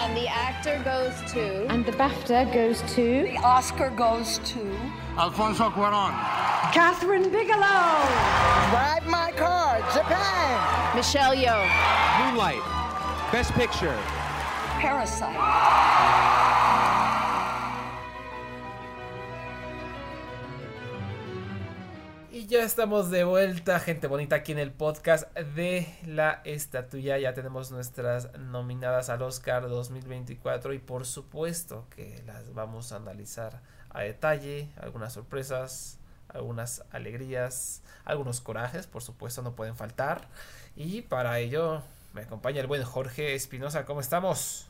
And the actor goes to... And the BAFTA goes to... The Oscar goes to... Alfonso Cuarón. Catherine Bigelow. Drive My Car, Japan. Michelle Yeoh. Moonlight, Best Picture. Parasite. Y ya estamos de vuelta, gente bonita, aquí en el podcast de la estatuilla. Ya tenemos nuestras nominadas al Oscar 2024 y por supuesto que las vamos a analizar a detalle. Algunas sorpresas, algunas alegrías, algunos corajes, por supuesto, no pueden faltar. Y para ello me acompaña el buen Jorge Espinosa. ¿Cómo estamos?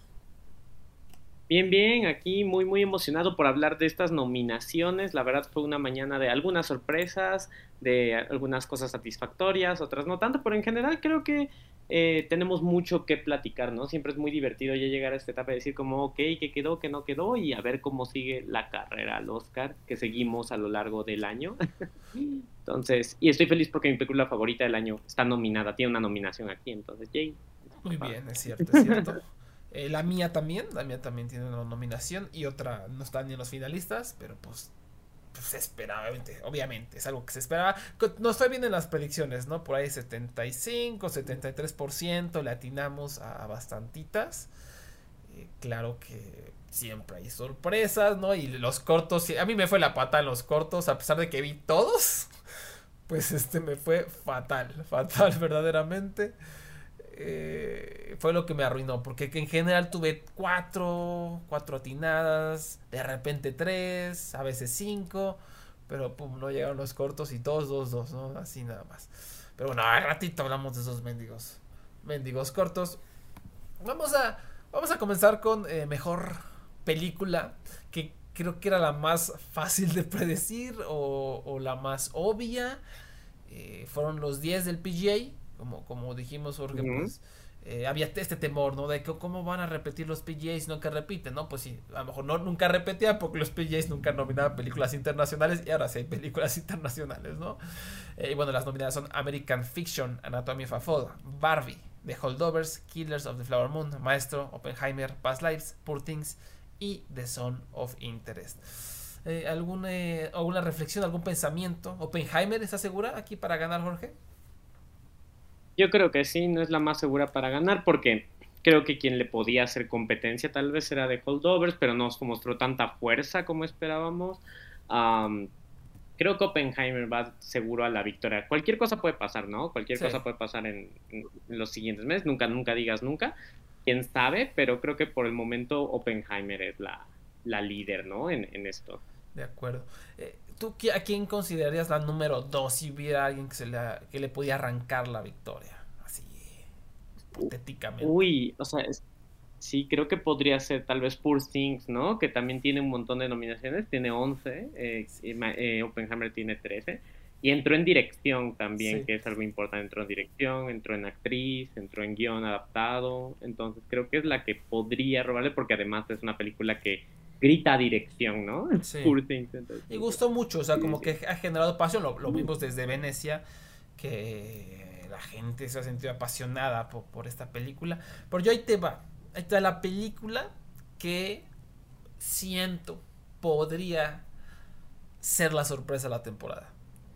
Bien, bien, aquí muy emocionado por hablar de estas nominaciones. La verdad fue una mañana de algunas sorpresas, de algunas cosas satisfactorias, otras no tanto, pero en general creo que tenemos mucho que platicar, ¿no? Siempre es muy divertido ya llegar a esta etapa de decir como, ok, ¿qué quedó, qué no quedó? Y a ver cómo sigue la carrera al Oscar que seguimos a lo largo del año. Entonces, y estoy feliz porque mi película favorita del año está nominada, tiene una nominación aquí, entonces, yay. Muy bien, es cierto, es cierto. La mía también tiene una nominación y otra no está ni en los finalistas, pero pues se esperaba, obviamente, es algo que se esperaba. No estoy bien en las predicciones, ¿no? Por ahí 75, 73%, le atinamos a bastantitas. Claro que siempre hay sorpresas, ¿no? Y los cortos, a mí me fue la pata en los cortos, a pesar de que vi todos, pues me fue fatal verdaderamente. Fue lo que me arruinó, porque en general tuve cuatro atinadas, de repente 3, a veces 5, pero pum, no llegaron los cortos y 2, ¿no? Así nada más. Pero bueno, al ratito hablamos de esos mendigos cortos. Vamos a comenzar con mejor película, que creo que era la más fácil de predecir o la más obvia. Fueron los 10 del PGA. Como dijimos, Jorge, pues había este temor, ¿no? De que cómo van a repetir los PGAs, no que repiten, ¿no? Pues sí, a lo mejor nunca repetía porque los PGAs nunca nominaban películas internacionales y ahora sí hay películas internacionales, ¿no? Y bueno, las nominadas son American Fiction, Anatomy of a Fall, Barbie, The Holdovers, Killers of the Flower Moon, Maestro, Oppenheimer, Past Lives, Poor Things y The Zone of Interest. ¿Alguna reflexión, algún pensamiento? ¿Oppenheimer está segura aquí para ganar, Jorge? Yo creo que sí, no es la más segura para ganar porque creo que quien le podía hacer competencia tal vez era The Holdovers, pero no mostró tanta fuerza como esperábamos. Creo que Oppenheimer va seguro a la victoria. Cualquier cosa puede pasar, ¿no? Cualquier cosa puede pasar en los siguientes meses. Nunca digas nunca. Quién sabe, pero creo que por el momento Oppenheimer es la líder, ¿no? En esto. De acuerdo. ¿Tú a quién considerarías la número 2 si hubiera alguien que le podía arrancar la victoria? Así, hipotéticamente. Uy, o sea, sí, creo que podría ser tal vez Poor Things, ¿no? Que también tiene un montón de nominaciones, tiene 11, Oppenheimer tiene 13. Y entró en dirección también, que es algo importante. Entró en dirección, entró en actriz, entró en guión adaptado. Entonces creo que es la que podría robarle porque además es una película que grita dirección, ¿no? Sí. Entonces, y gustó mucho, o sea, como que ha generado pasión, lo vimos desde Venecia, que la gente se ha sentido apasionada por esta película. Pero yo ahí te va la película que siento podría ser la sorpresa de la temporada.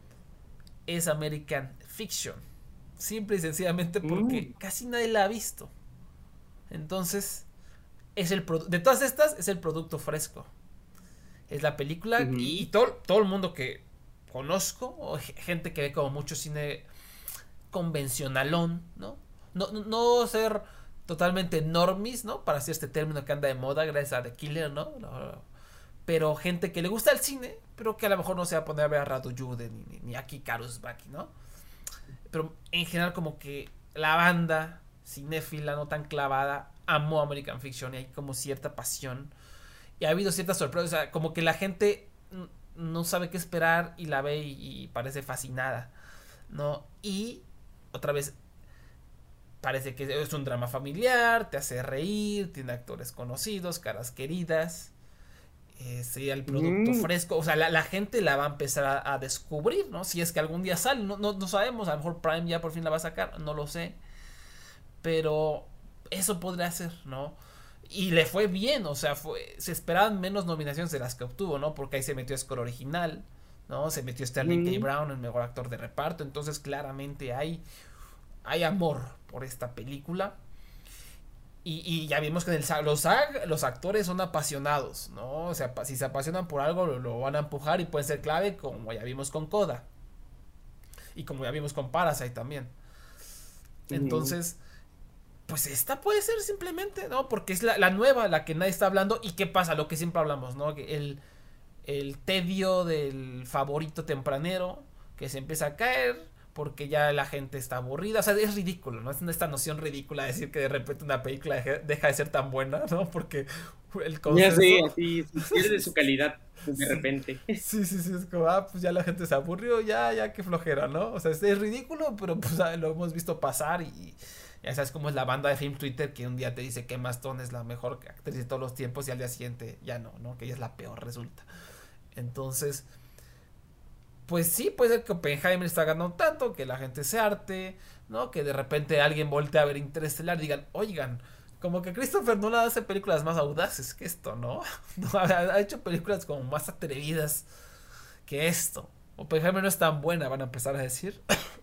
Es American Fiction, simple y sencillamente porque casi nadie la ha visto. Entonces de todas estas es el producto fresco. Es la película y todo el mundo que conozco, o gente que ve como mucho cine convencionalón, ¿no? No ser totalmente normis, ¿no? Para hacer este término que anda de moda gracias a The Killer, ¿no? Pero gente que le gusta el cine, pero que a lo mejor no se va a poner a ver a Radu Jude ni a Aki Kaurismäki, ¿no? Pero en general como que la banda cinéfila no tan clavada amó American Fiction y hay como cierta pasión y ha habido ciertas sorpresas, o sea, como que la gente no sabe qué esperar y la ve y parece fascinada, ¿no? Y otra vez parece que es un drama familiar, te hace reír, tiene actores conocidos, caras queridas, sería el producto fresco, o sea, la gente la va a empezar a descubrir, ¿no? Si es que algún día sale, no sabemos, a lo mejor Prime ya por fin la va a sacar, no lo sé, pero eso podría ser, ¿no? Y le fue bien, o sea, se esperaban menos nominaciones de las que obtuvo, ¿no? Porque ahí se metió score original, ¿no? Se metió Sterling K. Brown, el mejor actor de reparto. Entonces, claramente hay amor por esta película. Y ya vimos que los actores son apasionados, ¿no? O sea, si se apasionan por algo, lo van a empujar y pueden ser clave, como ya vimos con Coda. Y como ya vimos con Parasite también. Entonces, pues esta puede ser simplemente, ¿no? Porque es la nueva, la que nadie está hablando. ¿Y qué pasa? Lo que siempre hablamos, ¿no? Que el tedio del favorito tempranero que se empieza a caer porque ya la gente está aburrida. O sea, es ridículo, ¿no? Es esta noción ridícula de decir que de repente una película deja de ser tan buena, ¿no? Porque el consenso... Ya sé, así pierde su calidad de repente. Sí, es como, pues ya la gente se aburrió, ya qué flojera, ¿no? O sea, es ridículo, pero pues lo hemos visto pasar y ya sabes cómo es la banda de Film Twitter, que un día te dice que Emma Stone es la mejor actriz de todos los tiempos y al día siguiente ya no, que ella es la peor, resulta. Entonces, pues sí, puede ser que Oppenheimer está ganando tanto, que la gente se harte, ¿no? Que de repente alguien voltee a ver Interestelar y digan, oigan, como que Christopher Nolan hace películas más audaces que esto, ¿no? Ha hecho películas como más atrevidas que esto. Oppenheimer no es tan buena, van a empezar a decir.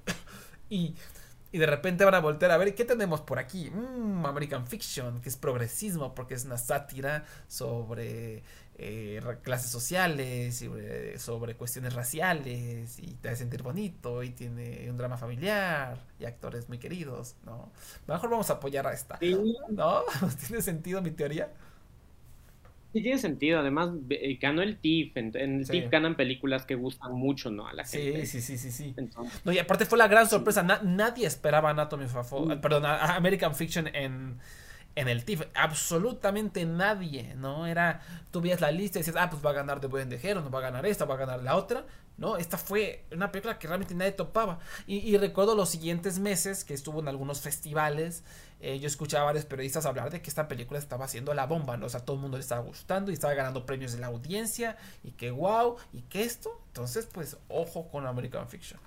y de repente van a voltear a ver, ¿qué tenemos por aquí? American Fiction, que es progresismo, porque es una sátira sobre clases sociales, sobre cuestiones raciales, y te hace sentir bonito, y tiene un drama familiar, y actores muy queridos, ¿no? Mejor vamos a apoyar a esta, ¿no? ¿Tiene sentido mi teoría? Sí, tiene sentido. Además, ganó el TIFF. En el TIFF ganan películas que gustan mucho, ¿no? A la gente. Sí. Entonces, no, y aparte fue la gran sorpresa. Nadie esperaba Anatomy of a Fall, perdón, a American Fiction en el TIFF. Absolutamente nadie, ¿no? Tú veías la lista y decías, pues va a ganar The Boy and the Heron, no va a ganar esta, va a ganar la otra. No, esta fue una película que realmente nadie topaba. Y recuerdo los siguientes meses que estuvo en algunos festivales. Yo escuchaba a varios periodistas hablar de que esta película estaba haciendo la bomba, ¿no? O sea, todo el mundo le estaba gustando y estaba ganando premios de la audiencia. Y que wow, y que esto. Entonces, pues, ojo con American Fiction.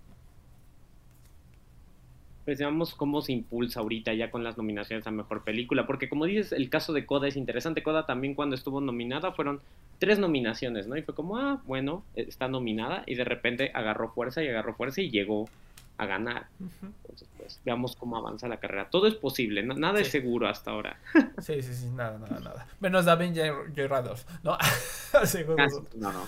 Pues veamos cómo se impulsa ahorita ya con las nominaciones a Mejor Película. Porque como dices, el caso de Coda es interesante. Coda también cuando estuvo nominada fueron 3 nominaciones, ¿no? Y fue como, bueno, está nominada. Y de repente agarró fuerza y llegó a ganar. Entonces, pues, veamos cómo avanza la carrera. Todo es posible, nada es seguro hasta ahora. Sí, nada. Menos David J. Randolph, ¿no? No.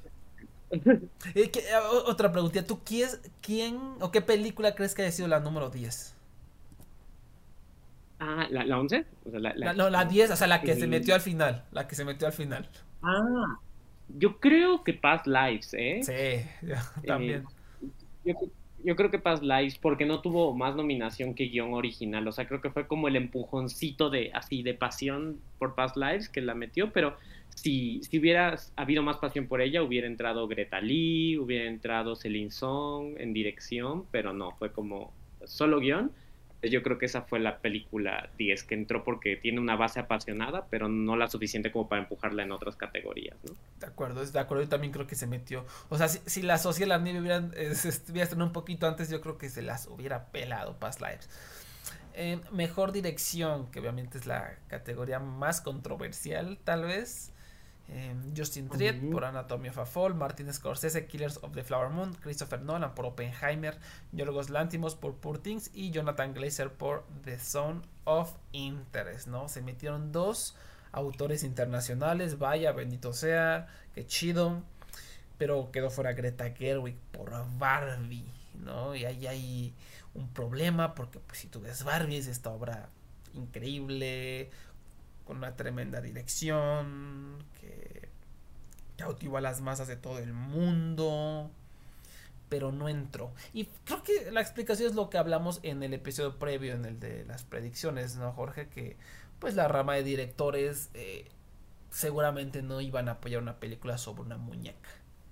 Otra pregunta, ¿tú quién o qué película crees que haya sido la número 10? ¿La 11? O sea, la 10, o sea, la que se metió al final. Yo creo que Past Lives, Sí, también. Yo creo que Past Lives, porque no tuvo más nominación que guión original. O sea, creo que fue como el empujoncito de pasión por Past Lives que la metió, pero si hubiera habido más pasión por ella, hubiera entrado Greta Lee, hubiera entrado Celine Song en dirección, pero no, fue como solo guión. Yo creo que esa fue la película 10 que entró porque tiene una base apasionada, pero no la suficiente como para empujarla en otras categorías, ¿no? De acuerdo, yo también creo que se metió. O sea, si la Sociedad de la Nieve hubiera estado un poquito antes, yo creo que se las hubiera pelado Past Lives. Mejor dirección, que obviamente es la categoría más controversial, tal vez. Justin Triet por Anatomy of a Fall, Martin Scorsese, Killers of the Flower Moon, Christopher Nolan por Oppenheimer, Yorgos Lanthimos por Poor Things y Jonathan Glazer por The Zone of Interest, ¿no? Se metieron 2 autores internacionales, vaya, bendito sea, qué chido, pero quedó fuera Greta Gerwig por Barbie, ¿no? Y ahí hay un problema porque pues si tú ves Barbie es esta obra increíble, con una tremenda dirección que cautivó a las masas de todo el mundo, pero no entró. Y creo que la explicación es lo que hablamos en el episodio previo, en el de las predicciones, ¿no, Jorge? Que pues la rama de directores seguramente no iban a apoyar una película sobre una muñeca.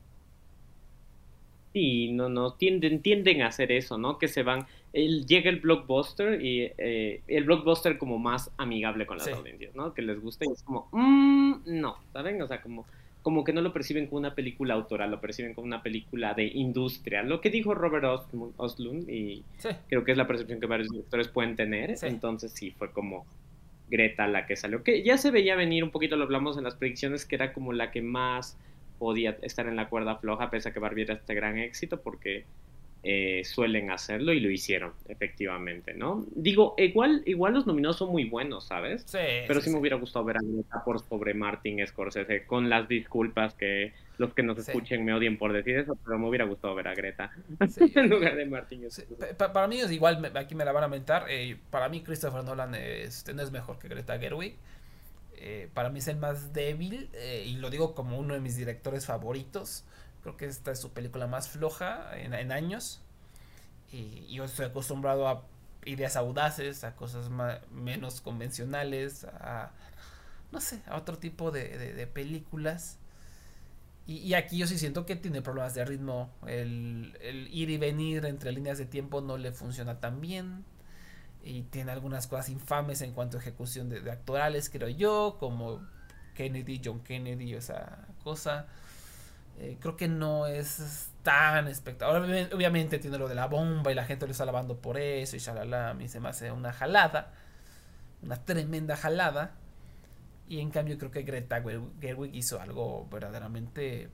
Sí, no, tienden a hacer eso, ¿no? Que se van, llega el blockbuster y el blockbuster como más amigable con las audiencias, ¿no? Que les gusta y es como, no, ¿saben? O sea, como que no lo perciben como una película autoral, lo perciben como una película de industria. Lo que dijo Robert Oslund, y creo que es la percepción que varios directores pueden tener, entonces sí, fue como, Greta la que salió, que ya se veía venir un poquito, lo hablamos en las predicciones, que era como la que más podía estar en la cuerda floja, pese a que Barbie era este gran éxito, porque suelen hacerlo y lo hicieron, efectivamente, ¿no? Digo, igual los nominados son muy buenos, ¿sabes? Sí, Pero sí me hubiera gustado ver a Greta por sobre Martin Scorsese, con las disculpas que los que nos escuchen me odien por decir eso, pero me hubiera gustado ver a Greta en lugar de Martin Scorsese. Para mí es igual, aquí me la van a mentar, para mí Christopher Nolan no es mejor que Greta Gerwig. Para mí es el más débil, y lo digo como uno de mis directores favoritos. Creo que esta es su película más floja en años. Y yo estoy acostumbrado a ideas audaces, a cosas menos convencionales, no sé, a otro tipo de películas. Y aquí yo sí siento que tiene problemas de ritmo. El ir y venir entre líneas de tiempo no le funciona tan bien. Y tiene algunas cosas infames en cuanto a ejecución de actorales, creo yo, como John Kennedy, esa cosa. Creo que no es tan espectacular. Obviamente tiene lo de la bomba y la gente lo está alabando por eso y shalala. A mí se me hace una jalada, una tremenda jalada. Y en cambio creo que Greta Gerwig hizo algo verdaderamente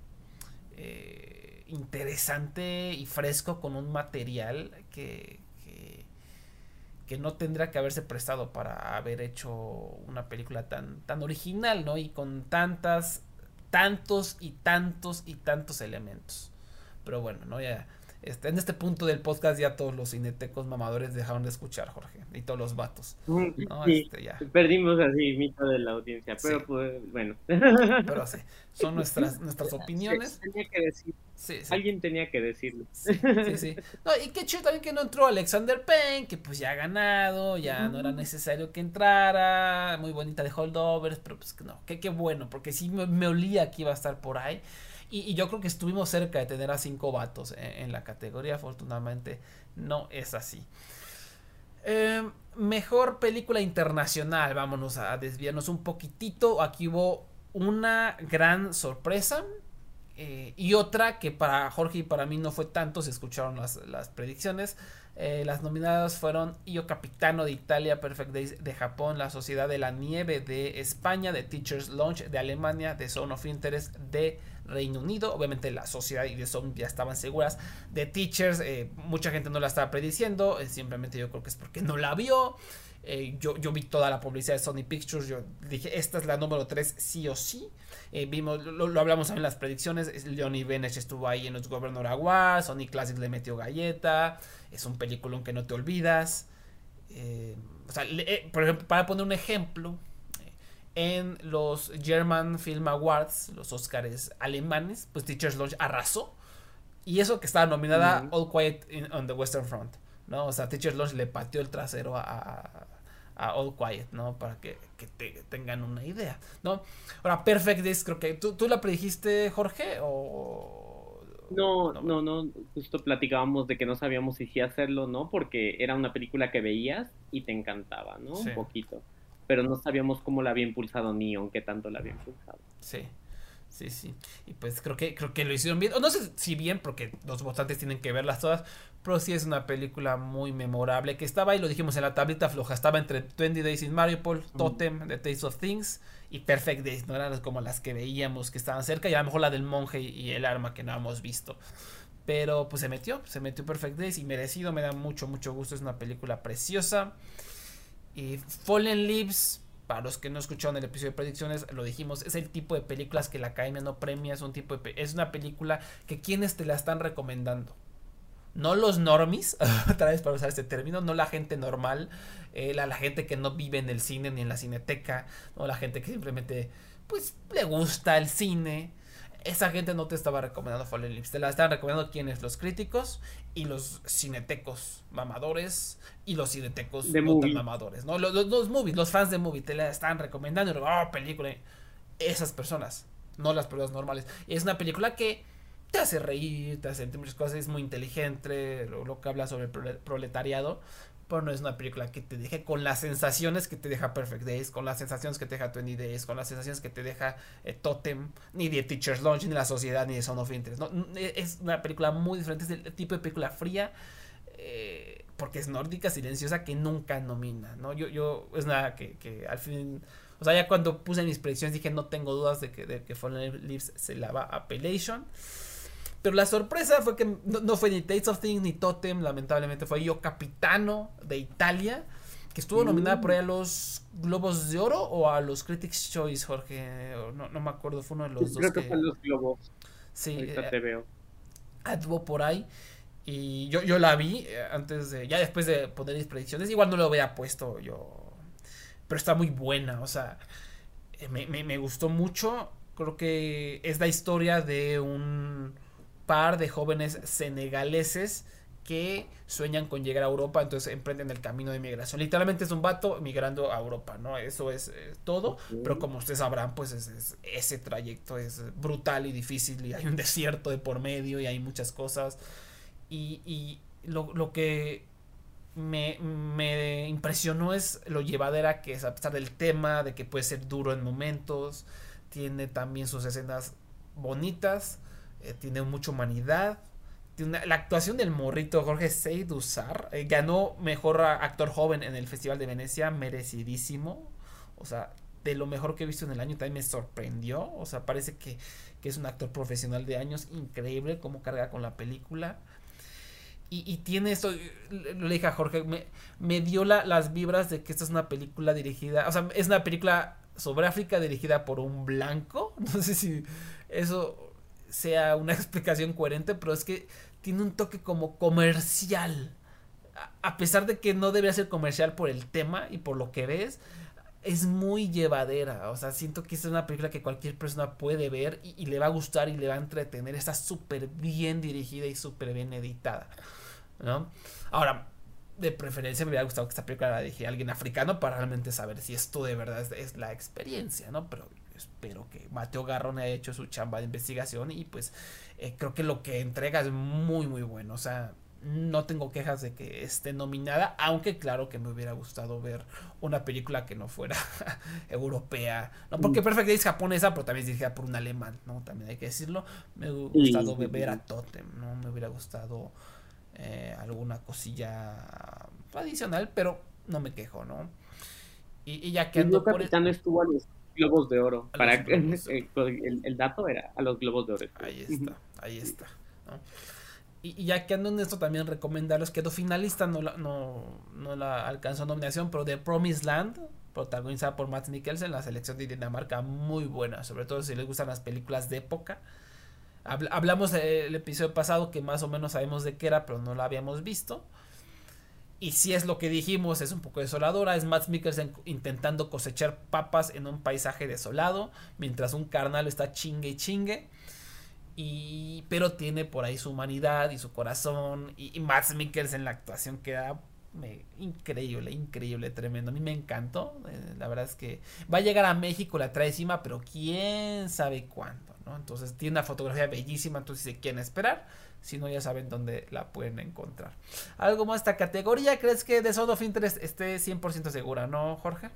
interesante y fresco, con un material que no tendrá que haberse prestado para haber hecho una película tan original, ¿no? Y con tantos elementos. Pero bueno, ¿no? Ya en este punto del podcast ya todos los cinetecos mamadores dejaron de escuchar, Jorge, y todos los vatos, ¿no? Sí, Ya. perdimos así mitad de la audiencia, pero sí. Pues bueno. Pero sí, son nuestras opiniones. Tenía que decir. Sí. Alguien tenía que decirlo. Sí. No, y qué chido también que no entró Alexander Payne, que pues ya ha ganado, ya no era necesario que entrara. Muy bonita de Holdovers, pero pues no, qué bueno, porque sí me olía que iba a estar por ahí. Y yo creo que estuvimos cerca de tener a 5 vatos en la categoría. Afortunadamente no es así. Mejor película internacional. Vámonos a desviarnos un poquitito. Aquí hubo una gran sorpresa. Y otra que para Jorge y para mí no fue tanto. Se escucharon las predicciones. Las nominadas fueron Io Capitano de Italia, Perfect Days de Japón, La Sociedad de la Nieve de España, The Teacher's Lounge de Alemania, The Zone of Interest de Reino Unido. Obviamente La Sociedad y The Zone ya estaban seguras. The Teachers, mucha gente no la estaba prediciendo, simplemente yo creo que es porque no la vio. Yo vi toda la publicidad de Sony Pictures. Yo dije, esta es la número 3 sí o sí. Vimos, lo hablamos en las predicciones. Leonie Benech estuvo ahí en los Governor Awards. Sony Classic le metió galleta. Es un peliculón que no te olvidas. Por ejemplo, para poner un ejemplo, en los German Film Awards, los Oscars alemanes, pues Teacher's Lounge arrasó. Y eso que estaba nominada All Quiet on the Western Front, ¿no? O sea, Teacher's Lounge le pateó el trasero a All Quiet, ¿no? Para que tengan una idea, ¿no? Ahora, Perfect Days, creo que ¿tú la predijiste, Jorge? ¿O...? No, justo platicábamos de que no sabíamos si sí hacerlo, ¿no? Porque era una película que veías y te encantaba, ¿no? Sí. Un poquito. Pero no sabíamos cómo la había impulsado Neon, qué tanto la había impulsado. Sí. Y pues creo que lo hicieron bien. O no sé si bien, porque los votantes tienen que verlas todas. Pero sí es una película muy memorable. Que estaba ahí, lo dijimos en la tablita floja. Estaba entre 20 Days in Mariupol, Totem, The Taste of Things y Perfect Days. No eran como las que veíamos que estaban cerca. Y a lo mejor la del monje y el arma que no habíamos visto. Pero pues se metió Perfect Days. Y merecido, me da mucho gusto. Es una película preciosa. Y Fallen Leaves, para los que no escucharon el episodio de predicciones, lo dijimos, es el tipo de películas que la Academia no premia. Es una película que quienes te la están recomendando, no los normies, otra vez para usar este término, no la gente normal, la gente que no vive en el cine ni en la cineteca, no la gente que simplemente pues le gusta el cine. Esa gente no te estaba recomendando Fallen Leaves, te la estaban recomendando quienes, los críticos y los cinetecos mamadores y los cinetecos de no tan mamadores, ¿no? Los movies, los fans de movie te la estaban recomendando, película. Esas personas, no las personas normales. Y es una película que te hace reír, te hace sentir muchas cosas, es muy inteligente, lo que habla sobre el proletariado. Pero no es una película que te deje con las sensaciones que te deja Perfect Days, con las sensaciones que te deja 20 Days, con las sensaciones que te deja Totem, ni de Teacher's Lounge, ni La Sociedad, ni de Zone of Interest, ¿no? Es una película muy diferente, es el tipo de película fría, porque es nórdica, silenciosa, que nunca nomina, ¿no? Yo es nada que al fin, o sea, ya cuando puse mis predicciones dije no tengo dudas de que Fallen Leaves se la va a Appellation. Pero la sorpresa fue que no fue ni Taste of Things ni Totem, lamentablemente fue Io Capitano de Italia, que estuvo nominada por ahí a los Globos de Oro o a los Critics' Choice, Jorge, no me acuerdo, fue uno de los dos. Creo que fue los Globos. Sí, ahorita te veo. Anduvo por ahí. Y yo la vi antes de, ya después de poner mis predicciones, igual no lo había puesto yo, pero está muy buena, o sea, me gustó mucho. Creo que es la historia de un par de jóvenes senegaleses que sueñan con llegar a Europa, entonces emprenden el camino de migración. Literalmente es un vato migrando a Europa, ¿no? Eso es todo, pero como ustedes sabrán, pues ese trayecto es brutal y difícil, y hay un desierto de por medio y hay muchas cosas. Y lo que me impresionó es lo llevadera que es, a pesar del tema, de que puede ser duro en momentos, tiene también sus escenas bonitas, tiene mucha humanidad. La actuación del morrito Jorge Seydusar ganó mejor actor joven en el Festival de Venecia, merecidísimo. O sea, de lo mejor que he visto en el año, también me sorprendió. O sea, parece que es un actor profesional de años, increíble cómo carga con la película. Y tiene esto, le dije a Jorge, me dio las vibras de que esta es una película dirigida, o sea, es una película sobre África dirigida por un blanco. No sé si eso sea una explicación coherente, pero es que tiene un toque como comercial, a pesar de que no debería ser comercial por el tema y por lo que ves, es muy llevadera. O sea, siento que es una película que cualquier persona puede ver y le va a gustar y le va a entretener. Está súper bien dirigida y súper bien editada, ¿no? Ahora, de preferencia me hubiera gustado que esta película la dirigiera alguien africano para realmente saber si esto de verdad es la experiencia, ¿no? Pero espero que Mateo Garrone haya hecho su chamba de investigación y pues creo que lo que entrega es muy muy bueno. O sea, no tengo quejas de que esté nominada, aunque claro que me hubiera gustado ver una película que no fuera europea, no porque Perfect Day es japonesa, pero también es dirigida por un alemán, ¿no? También hay que decirlo. Me hubiera gustado ver a Totem, ¿no? Me hubiera gustado alguna cosilla adicional, pero no me quejo, ¿no? Y ya que ando por Capitán estuvo a los Globos de Oro. Para Globos. El dato era a los Globos de Oro. Ahí está, ¿no? Y ya que ando en esto, también recomendarles, quedó finalista, no la alcanzó nominación, pero The Promised Land, protagonizada por Mads Mikkelsen, la selección de Dinamarca, muy buena, sobre todo si les gustan las películas de época. Hablamos el episodio pasado que más o menos sabemos de qué era, pero no la habíamos visto. Y si es lo que dijimos, es un poco desoladora. Es Mads Mikkelsen intentando cosechar papas en un paisaje desolado, mientras un carnal está chingue y chingue. Pero tiene por ahí su humanidad y su corazón. Y Mads Mikkelsen en la actuación queda increíble, tremendo. A mí me encantó. La verdad es que va a llegar a México, la trae encima, pero quién sabe cuándo, ¿no? Entonces tiene una fotografía bellísima, entonces si quieren esperar, si no ya saben dónde la pueden encontrar. ¿Algo más de esta categoría? ¿Crees que The Zone of Interest esté 100% segura, no, Jorge?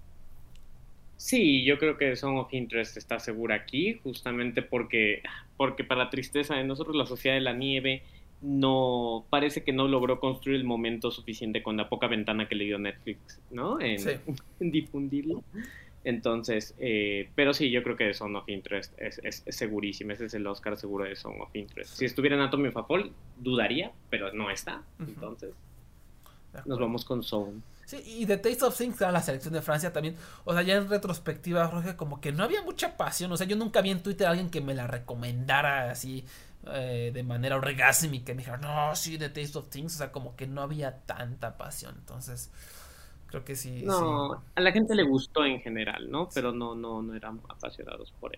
Sí, yo creo que Zone of Interest está segura aquí, justamente porque para la tristeza de nosotros, la Sociedad de la Nieve no parece que no logró construir el momento suficiente con la poca ventana que le dio Netflix, ¿no? En difundirlo. Entonces, pero sí, yo creo que Zone of Interest es segurísimo. Ese es el Oscar seguro de Zone of Interest. Si estuviera en Anatomy of a Fall, dudaría, pero no está. Entonces, nos vamos con Zone. Sí, y The Taste of Things, la selección de Francia también. O sea, ya en retrospectiva, Jorge, como que no había mucha pasión. O sea, yo nunca vi en Twitter a alguien que me la recomendara así de manera orgásmica. Me dijeron, no, sí, The Taste of Things. O sea, como que no había tanta pasión. Entonces, creo que sí. No, sí. A la gente le gustó en general, ¿no? Pero no eran apasionados por él.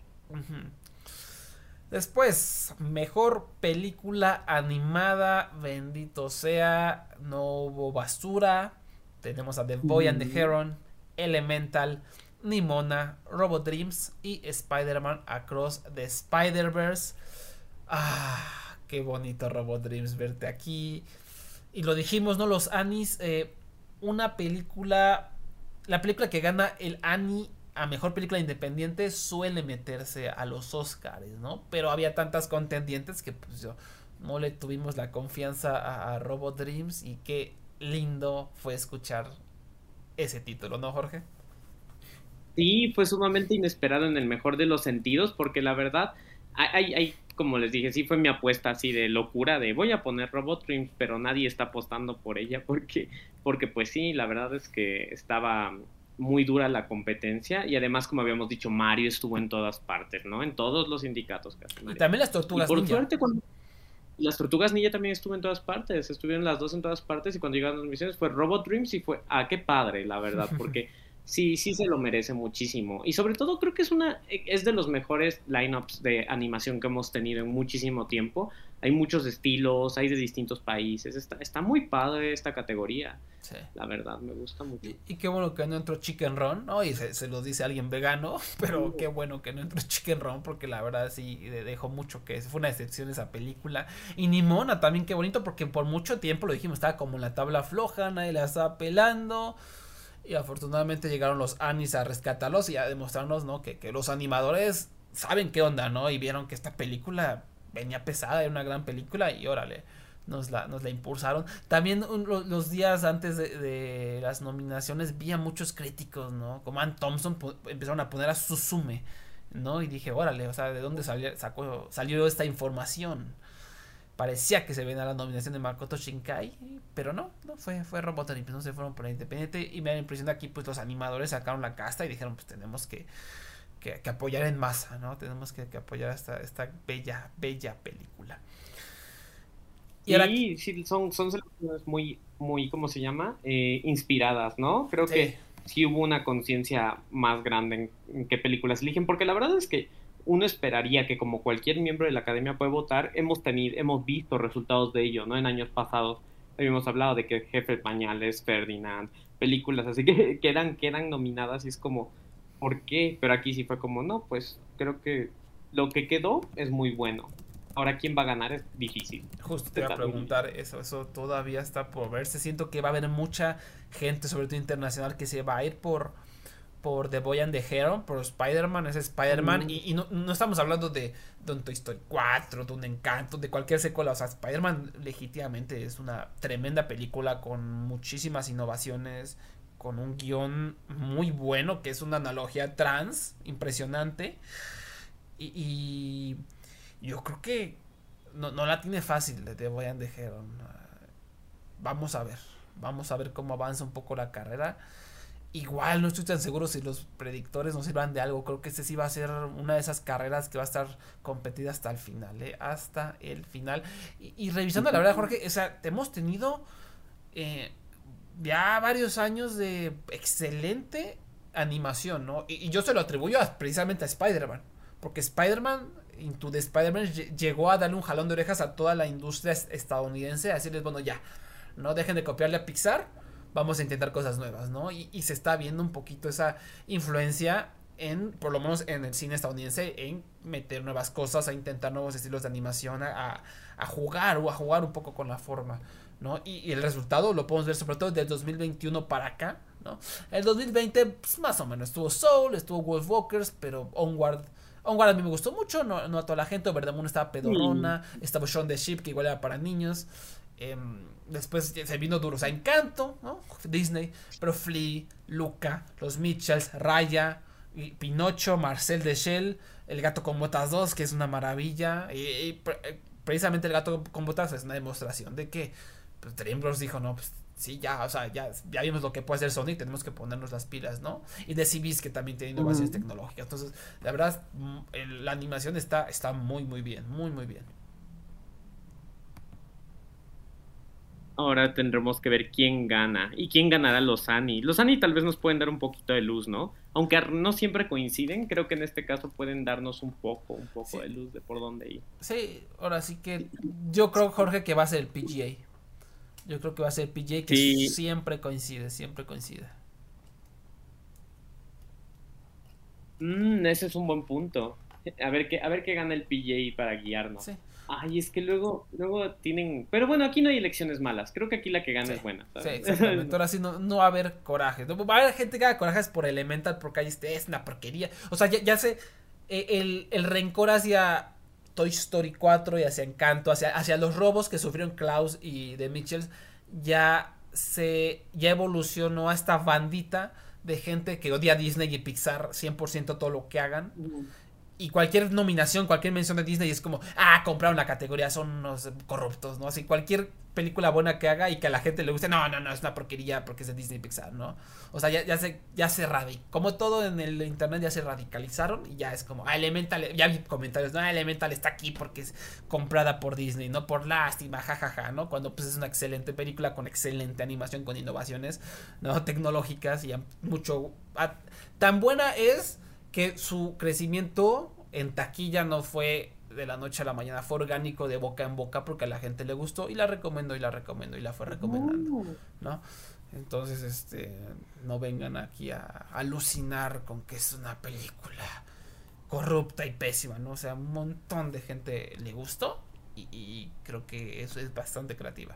Después, mejor película animada, bendito sea, no hubo basura. Tenemos a The Boy and the Heron, Elemental, Nimona, Robot Dreams y Spider-Man Across the Spider-Verse. Qué bonito Robot Dreams verte aquí. Y lo dijimos, ¿no? Los Annies, una película, la película que gana el Annie a mejor película independiente suele meterse a los Oscars, ¿no? Pero había tantas contendientes que pues no le tuvimos la confianza a Robot Dreams, y que lindo fue escuchar ese título, ¿no, Jorge? Sí, fue sumamente inesperado en el mejor de los sentidos, porque la verdad, como les dije, sí fue mi apuesta así de locura, de voy a poner Robot Dreams, pero nadie está apostando por ella, porque pues sí, la verdad es que estaba muy dura la competencia, y además, como habíamos dicho, Mario estuvo en todas partes, ¿no? En todos los sindicatos casi. Y también las Tortugas Ninja. Ninja. Suerte, las Tortugas Ninja también estuvo en todas partes, estuvieron las dos en todas partes, y cuando llegaron las misiones fue Robot Dreams y fue, qué padre, la verdad, porque sí se lo merece muchísimo. Y sobre todo creo que es de los mejores lineups de animación que hemos tenido en muchísimo tiempo. Hay muchos estilos, hay de distintos países, está muy padre esta categoría. Sí. La verdad, me gusta mucho. Y qué bueno que no entró Chicken Run, ¿no? Y se lo dice alguien vegano, pero qué bueno que no entró Chicken Run, porque la verdad sí dejó mucho que fue una decepción esa película. Y Nimona también, qué bonito, porque por mucho tiempo lo dijimos, estaba como en la tabla floja, nadie la estaba pelando. Y afortunadamente llegaron los Anis a rescatarlos y a demostrarnos, ¿no? Que los animadores saben qué onda, ¿no? Y vieron que esta película venía pesada, era una gran película y órale, nos la impulsaron. También los días antes de las nominaciones vi a muchos críticos, ¿no? Como Ann Thompson empezaron a poner a Suzume, ¿no? Y dije, órale, o sea, ¿de dónde salió esta información? Parecía que se venía la nominación de Makoto Shinkai, pero no fue Robot Dreams, no se fueron por el independiente. Y me da la impresión de aquí, pues los animadores sacaron la casta y dijeron, pues tenemos que apoyar en masa, ¿no? Tenemos que apoyar esta bella película. Y ahora, sí, son selecciones muy, muy, ¿cómo se llama? Inspiradas, ¿no? Creo que sí hubo una conciencia más grande en qué películas eligen, porque la verdad es que uno esperaría que, como cualquier miembro de la academia puede votar, hemos visto resultados de ello, ¿no? En años pasados habíamos hablado de que Jefe Pañales, Ferdinand, películas así que quedan nominadas y es como, ¿por qué? Pero aquí sí fue como, no, pues creo que lo que quedó es muy bueno. Ahora, ¿quién va a ganar? Es difícil. Justo te iba a preguntar eso todavía está por verse. Siento que va a haber mucha gente, sobre todo internacional, que se va a ir por The Boy and the Heron, por Spider-Man, ese Spider-Man, y no estamos hablando de un Toy Story 4, de un Encanto, de cualquier secuela, o sea, Spider-Man legítimamente es una tremenda película con muchísimas innovaciones, con un guión muy bueno, que es una analogía trans, impresionante, y yo creo que no la tiene fácil The Boy and the Heron. Vamos a ver cómo avanza un poco la carrera. Igual no estoy tan seguro si los predictores nos sirvan de algo. Creo que este sí va a ser una de esas carreras que va a estar competida hasta el final, hasta el final. Y revisando la verdad, Jorge, o sea, hemos tenido ya varios años de excelente animación, ¿no? Y yo se lo atribuyo precisamente a Spider-Man, porque Spider-Man Into the Spider-Man llegó a darle un jalón de orejas a toda la industria estadounidense, a decirles, bueno, ya, no dejen de copiarle a Pixar, vamos a intentar cosas nuevas, ¿no? Y se está viendo un poquito esa influencia por lo menos en el cine estadounidense, en meter nuevas cosas, a intentar nuevos estilos de animación, a jugar un poco con la forma, ¿no? Y el resultado lo podemos ver sobre todo del 2021 para acá, ¿no? El 2020, pues, más o menos, estuvo Soul, estuvo Wolfwalkers, pero Onward a mí me gustó mucho, no a toda la gente. Over the Moon estaba pedorrona, estaba Shaun the Sheep, que igual era para niños. Después se vino duro, o sea, Encanto, ¿no? Disney, pero Flea, Luca, Los Mitchells, Raya, Pinocho, Marcel the Shell, El Gato con Botas 2, que es una maravilla. Y precisamente El Gato con Botas es una demostración de que pues, DreamWorks dijo, no, pues sí, ya, o sea, ya vimos lo que puede hacer Sony, tenemos que ponernos las pilas, ¿no? Y de CBS, que también tiene innovaciones tecnológicas. Entonces, la verdad, la animación está muy, muy bien, muy, muy bien. Ahora tendremos que ver quién gana y quién ganará los Annie. Los Annie tal vez nos pueden dar un poquito de luz, ¿no? Aunque no siempre coinciden, creo que en este caso pueden darnos un poco sí, de luz de por dónde ir. Sí, ahora sí que yo creo, Jorge, que va a ser el PGA. Yo creo que va a ser el PGA, que sí, siempre coincide. Ese es un buen punto. A ver qué gana el PGA para guiarnos. Sí. Ay, es que luego tienen... Pero bueno, aquí no hay elecciones malas. Creo que aquí la que gana es buena, ¿sabes? Sí, exactamente. Ahora sí no va a haber coraje. Va a haber gente que haga corajes por Elemental, porque ahí es una porquería. O sea, ya sé, el rencor hacia Toy Story 4 y hacia Encanto, hacia los robos que sufrieron Klaus y The Mitchells, ya ya evolucionó a esta bandita de gente que odia a Disney y Pixar 100% todo lo que hagan. Y cualquier nominación, cualquier mención de Disney es como, compraron la categoría, son unos corruptos, ¿no? Así cualquier película buena que haga y que a la gente le guste, no, es una porquería porque es de Disney y Pixar, ¿no? O sea, ya se como todo en el internet ya se radicalizaron y ya es como, Elemental, ya vi comentarios, no, Elemental está aquí porque es comprada por Disney, no por lástima, jajaja, ¿no? Cuando pues es una excelente película con excelente animación, con innovaciones, ¿no? Tecnológicas y mucho, tan buena es que su crecimiento en taquilla no fue de la noche a la mañana, fue orgánico, de boca en boca, porque a la gente le gustó y la recomendó y la fue recomendando, ¿no? Entonces, no vengan aquí a alucinar con que es una película corrupta y pésima, ¿no? O sea, un montón de gente le gustó y creo que eso es bastante creativa.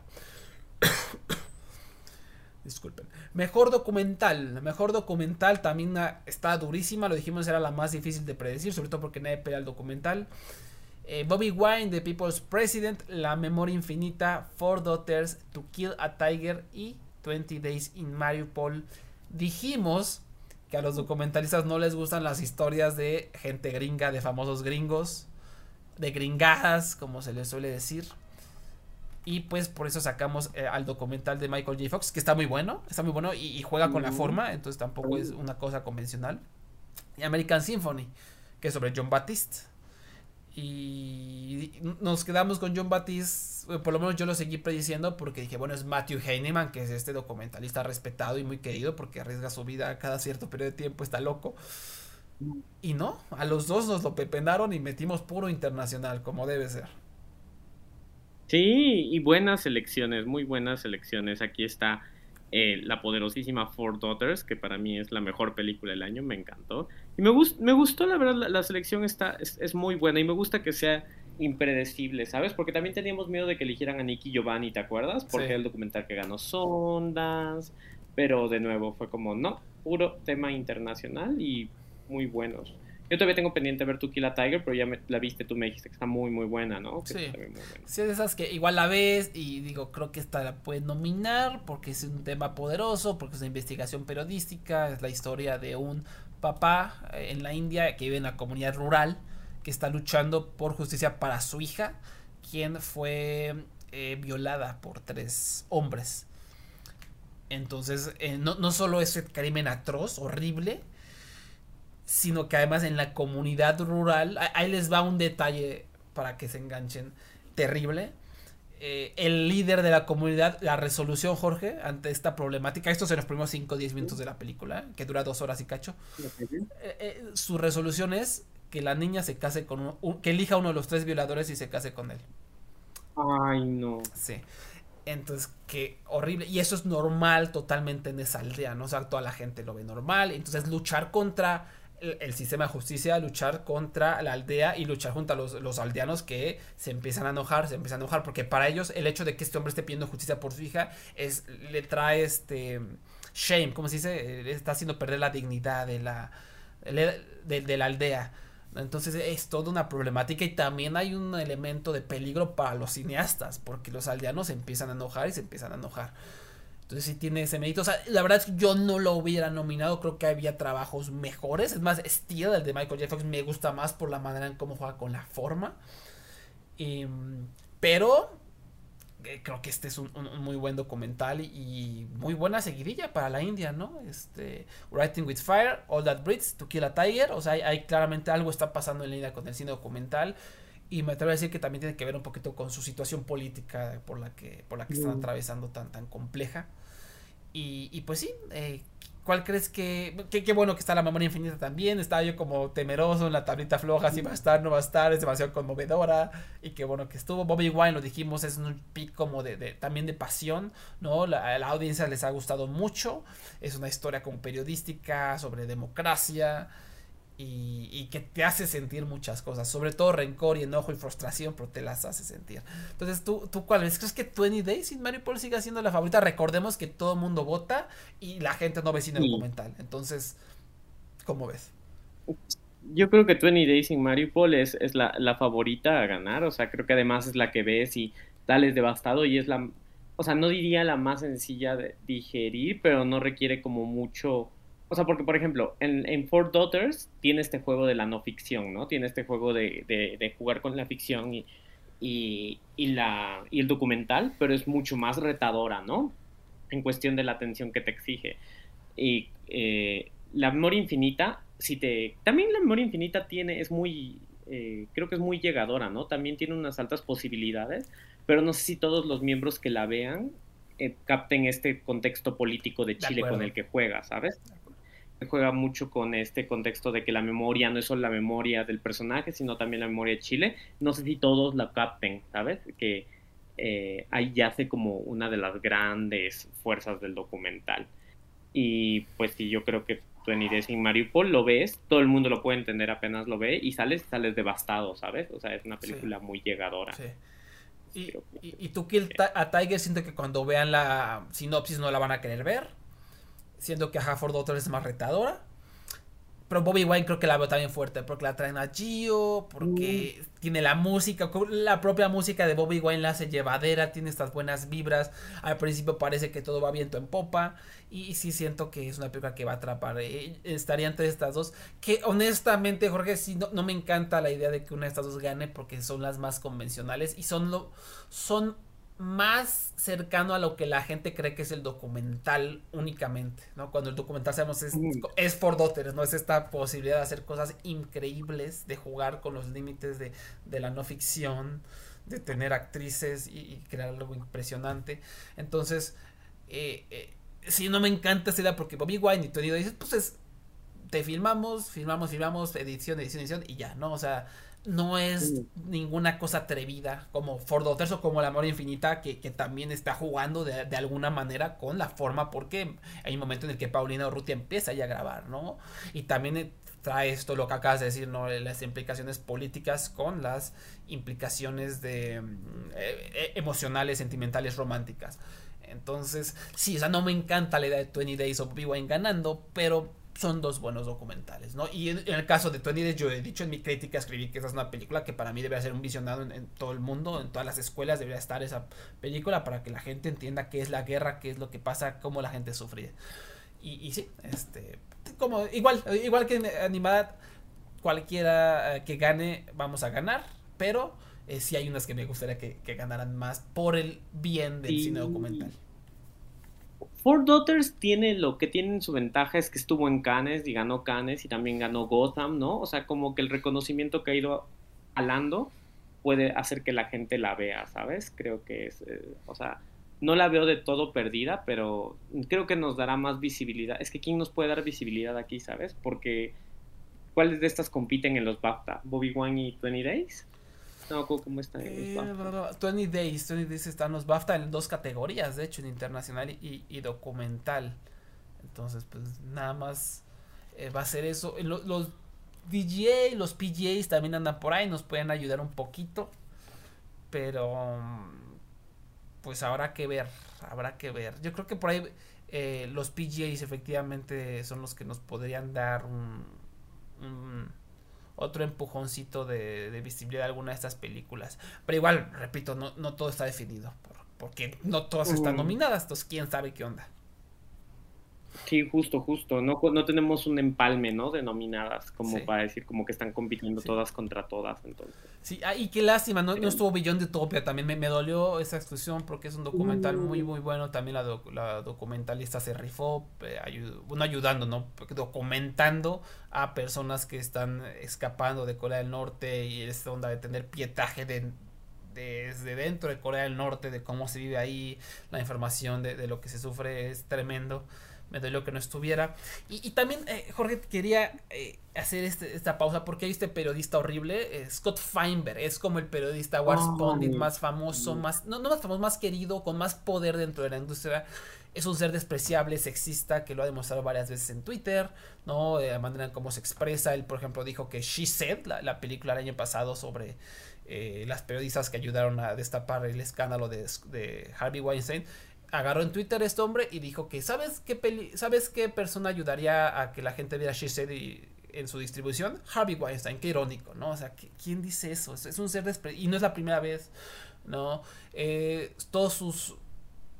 Disculpen. Mejor documental también está durísima, lo dijimos, era la más difícil de predecir, sobre todo porque nadie pelea el documental. Bobby Wine, The People's President, La Memoria Infinita, Four Daughters, To Kill a Tiger y 20 Days in Mariupol. Dijimos que a los documentalistas no les gustan las historias de gente gringa, de famosos gringos, de gringadas, como se les suele decir. Y pues por eso sacamos al documental de Michael J. Fox, que está muy bueno y juega con la forma, entonces tampoco es una cosa convencional. Y American Symphony, que es sobre John Baptiste. Y nos quedamos con John Baptiste, por lo menos yo lo seguí prediciendo porque dije, bueno, es Matthew Heineman, que es este documentalista respetado y muy querido porque arriesga su vida cada cierto periodo de tiempo, está loco. Y no, a los dos nos lo pepenaron y metimos puro internacional, como debe ser. Sí, y buenas selecciones, muy buenas selecciones. Aquí está la poderosísima Four Daughters, que para mí es la mejor película del año, me encantó. Y me gustó, la verdad, la selección es muy buena y me gusta que sea impredecible, ¿sabes? Porque también teníamos miedo de que eligieran a Nicky Giovanni, ¿te acuerdas? Porque sí. el documental que ganó Sundance, pero de nuevo fue como, no, puro tema internacional y muy buenos. Yo todavía tengo pendiente ver To Kill a Tiger, pero ya la viste, tú me dijiste que está muy, muy buena, ¿no? Que sí. Está muy buena. Sí, es de esas que igual la ves y digo, creo que esta la pueden nominar porque es un tema poderoso, porque es una investigación periodística, es la historia de un papá en la India que vive en la comunidad rural, que está luchando por justicia para su hija, quien fue violada por 3 hombres. Entonces, no solo es el crimen atroz, horrible, sino que además en la comunidad rural, ahí les va un detalle para que se enganchen, terrible. El líder de la comunidad, la resolución, Jorge, ante esta problemática, esto es en los primeros 5 o 10 minutos de la película, que dura 2 horas y cacho, su resolución es que la niña se case con que elija uno de los 3 violadores y se case con él. Ay, no. Sí. Entonces, qué horrible. Y eso es normal totalmente en esa aldea, ¿no? O sea, toda la gente lo ve normal. Entonces, luchar contra el sistema de justicia, luchar contra la aldea y luchar junto a los aldeanos que se empiezan a enojar, porque para ellos el hecho de que este hombre esté pidiendo justicia por su hija le trae shame, ¿cómo se dice? Le está haciendo perder la dignidad de la aldea. Entonces es toda una problemática y también hay un elemento de peligro para los cineastas, porque los aldeanos se empiezan a enojar. Entonces sí tiene ese mérito. O sea, la verdad es que yo no lo hubiera nominado. Creo que había trabajos mejores. Es más, Steel, el de Michael J. Fox, me gusta más por la manera en cómo juega con la forma. Pero creo que este es un muy buen documental y muy buena seguidilla para la India, ¿no? Writing with Fire, All That Breathes, To Kill a Tiger. O sea, hay claramente algo está pasando en la India con el cine documental. Y me atrevo a decir que también tiene que ver un poquito con su situación política por la que están atravesando tan compleja. Y pues sí, ¿cuál crees que qué bueno que está La Memoria Infinita también? Estaba yo como temeroso en la tablita floja, si va a estar, no va a estar, es demasiado conmovedora. Y qué bueno que estuvo. Bobby Wine, lo dijimos, es un pic como también de pasión, ¿no? A la audiencia les ha gustado mucho. Es una historia como periodística sobre democracia. Y que te hace sentir muchas cosas, sobre todo rencor y enojo y frustración, pero te las hace sentir. Entonces, ¿tú cuál ves? ¿Crees que 20 Days in Mariupol siga siendo la favorita? Recordemos que todo el mundo vota y la gente no ve cine documental. Entonces, ¿cómo ves? Yo creo que 20 Days in Mariupol es la favorita a ganar. O sea, creo que además es la que ves y tal es devastado y es o sea, no diría la más sencilla de digerir, pero no requiere como mucho, o sea, porque por ejemplo, en Four Daughters tiene este juego de la no ficción, ¿no? Tiene este juego de jugar con la ficción y el documental, pero es mucho más retadora, ¿no? En cuestión de la atención que te exige. Y la memoria infinita, también la memoria infinita es muy, creo que es muy llegadora, ¿no? También tiene unas altas posibilidades, pero no sé si todos los miembros que la vean capten este contexto político de Chile con el que juega, ¿sabes? Juega mucho con este contexto de que la memoria no es solo la memoria del personaje, sino también la memoria de Chile. No sé si todos la capten, ¿sabes? Que ahí yace como una de las grandes fuerzas del documental. Y pues sí, yo creo que 20 Days in Mariupol lo ves, todo el mundo lo puede entender apenas lo ve y sales devastado, ¿sabes? O sea, es una película muy llegadora. Sí. Y tú, Kill a Tiger, siento que cuando vean la sinopsis no la van a querer ver. Siendo que Four Daughters es más retadora. Pero Bobby Wine creo que la veo también fuerte, porque la traen a Gio, porque tiene la música, la propia música de Bobby Wine la hace llevadera, tiene estas buenas vibras. Al principio parece que todo va viento en popa, y sí siento que es una película que va a atrapar. Estaría entre estas dos, que honestamente, Jorge, sí, no me encanta la idea de que una de estas dos gane, porque son las más convencionales y son más cercano a lo que la gente cree que es el documental únicamente, ¿no? Cuando el documental, sabemos, es Four Daughters, ¿no? Es esta posibilidad de hacer cosas increíbles, de jugar con los límites de la no ficción, de tener actrices y crear algo impresionante. Entonces, sí, no me encanta esa idea, porque Bobby Wine y Tony dices, pues te filmamos, edición, y ya, ¿no? O sea, no es ninguna cosa atrevida como Four Daughters o como La Memoria Infinita, que también está jugando de alguna manera con la forma, porque hay un momento en el que Paulina Urrutia empieza ya a grabar, ¿no? Y también trae esto, lo que acabas de decir, ¿no? Las implicaciones políticas con las implicaciones de emocionales, sentimentales, románticas. Entonces, sí, o sea, no me encanta la idea de 20 Days of Bobby Wine ganando, pero son dos buenos documentales, ¿no? Y en el caso de 20 Days, yo he dicho en mi crítica, escribí que esa es una película que para mí debería ser un visionado en todo el mundo, en todas las escuelas debería estar esa película para que la gente entienda qué es la guerra, qué es lo que pasa, cómo la gente sufre. Y sí, como igual que animada, cualquiera que gane, vamos a ganar, pero sí hay unas que me gustaría que ganaran más por el bien del cine documental. Four Daughters tiene lo que tiene en su ventaja es que estuvo en Cannes y ganó Cannes y también ganó Gotham, ¿no? O sea, como que el reconocimiento que ha ido alando puede hacer que la gente la vea, ¿sabes? Creo que es, o sea, no la veo de todo perdida, pero creo que nos dará más visibilidad. Es que ¿quién nos puede dar visibilidad aquí, ¿sabes? Porque ¿cuáles de estas compiten en los BAFTA? ¿Bobby Wine y 20 Days? No, ¿cómo están en los BAFTA? 20 Days están los BAFTA en dos categorías, de hecho, en internacional y documental. Entonces, pues nada más va a ser eso. Los DJ, los PGAs también andan por ahí, nos pueden ayudar un poquito. Pero pues habrá que ver. Yo creo que por ahí los PGAs efectivamente son los que nos podrían dar otro empujoncito de visibilidad de alguna de estas películas. Pero igual, repito, no todo está definido, porque no todas están nominadas, entonces quién sabe qué onda. Sí, justo. No tenemos un empalme, ¿no? De nominadas, como para decir como que están compitiendo todas contra todas, entonces. Sí, y qué lástima, no estuvo Beyond Utopia, también me dolió esa exclusión porque es un documental muy muy bueno, también la documentalista se rifó, ayudando, ¿no? Documentando a personas que están escapando de Corea del Norte y esta onda de tener pietaje desde dentro de Corea del Norte, de cómo se vive ahí, la información de lo que se sufre es tremendo. Me dolió que no estuviera. Y también, Jorge, quería hacer esta pausa porque hay este periodista horrible, Scott Feinberg. Es como el periodista Wars Pundit más famoso, no más famoso, más querido, con más poder dentro de la industria. Es un ser despreciable, sexista, que lo ha demostrado varias veces en Twitter, ¿no? De la manera en cómo se expresa. Él, por ejemplo, dijo que She Said, la película del año pasado sobre las periodistas que ayudaron a destapar el escándalo de Harvey Weinstein, agarró en Twitter este hombre y dijo que ¿sabes qué persona ayudaría a que la gente viera She Said en su distribución? Harvey Weinstein. Qué irónico, ¿no? O sea, ¿quién dice eso? Es un ser y no es la primera vez, ¿no? Todos sus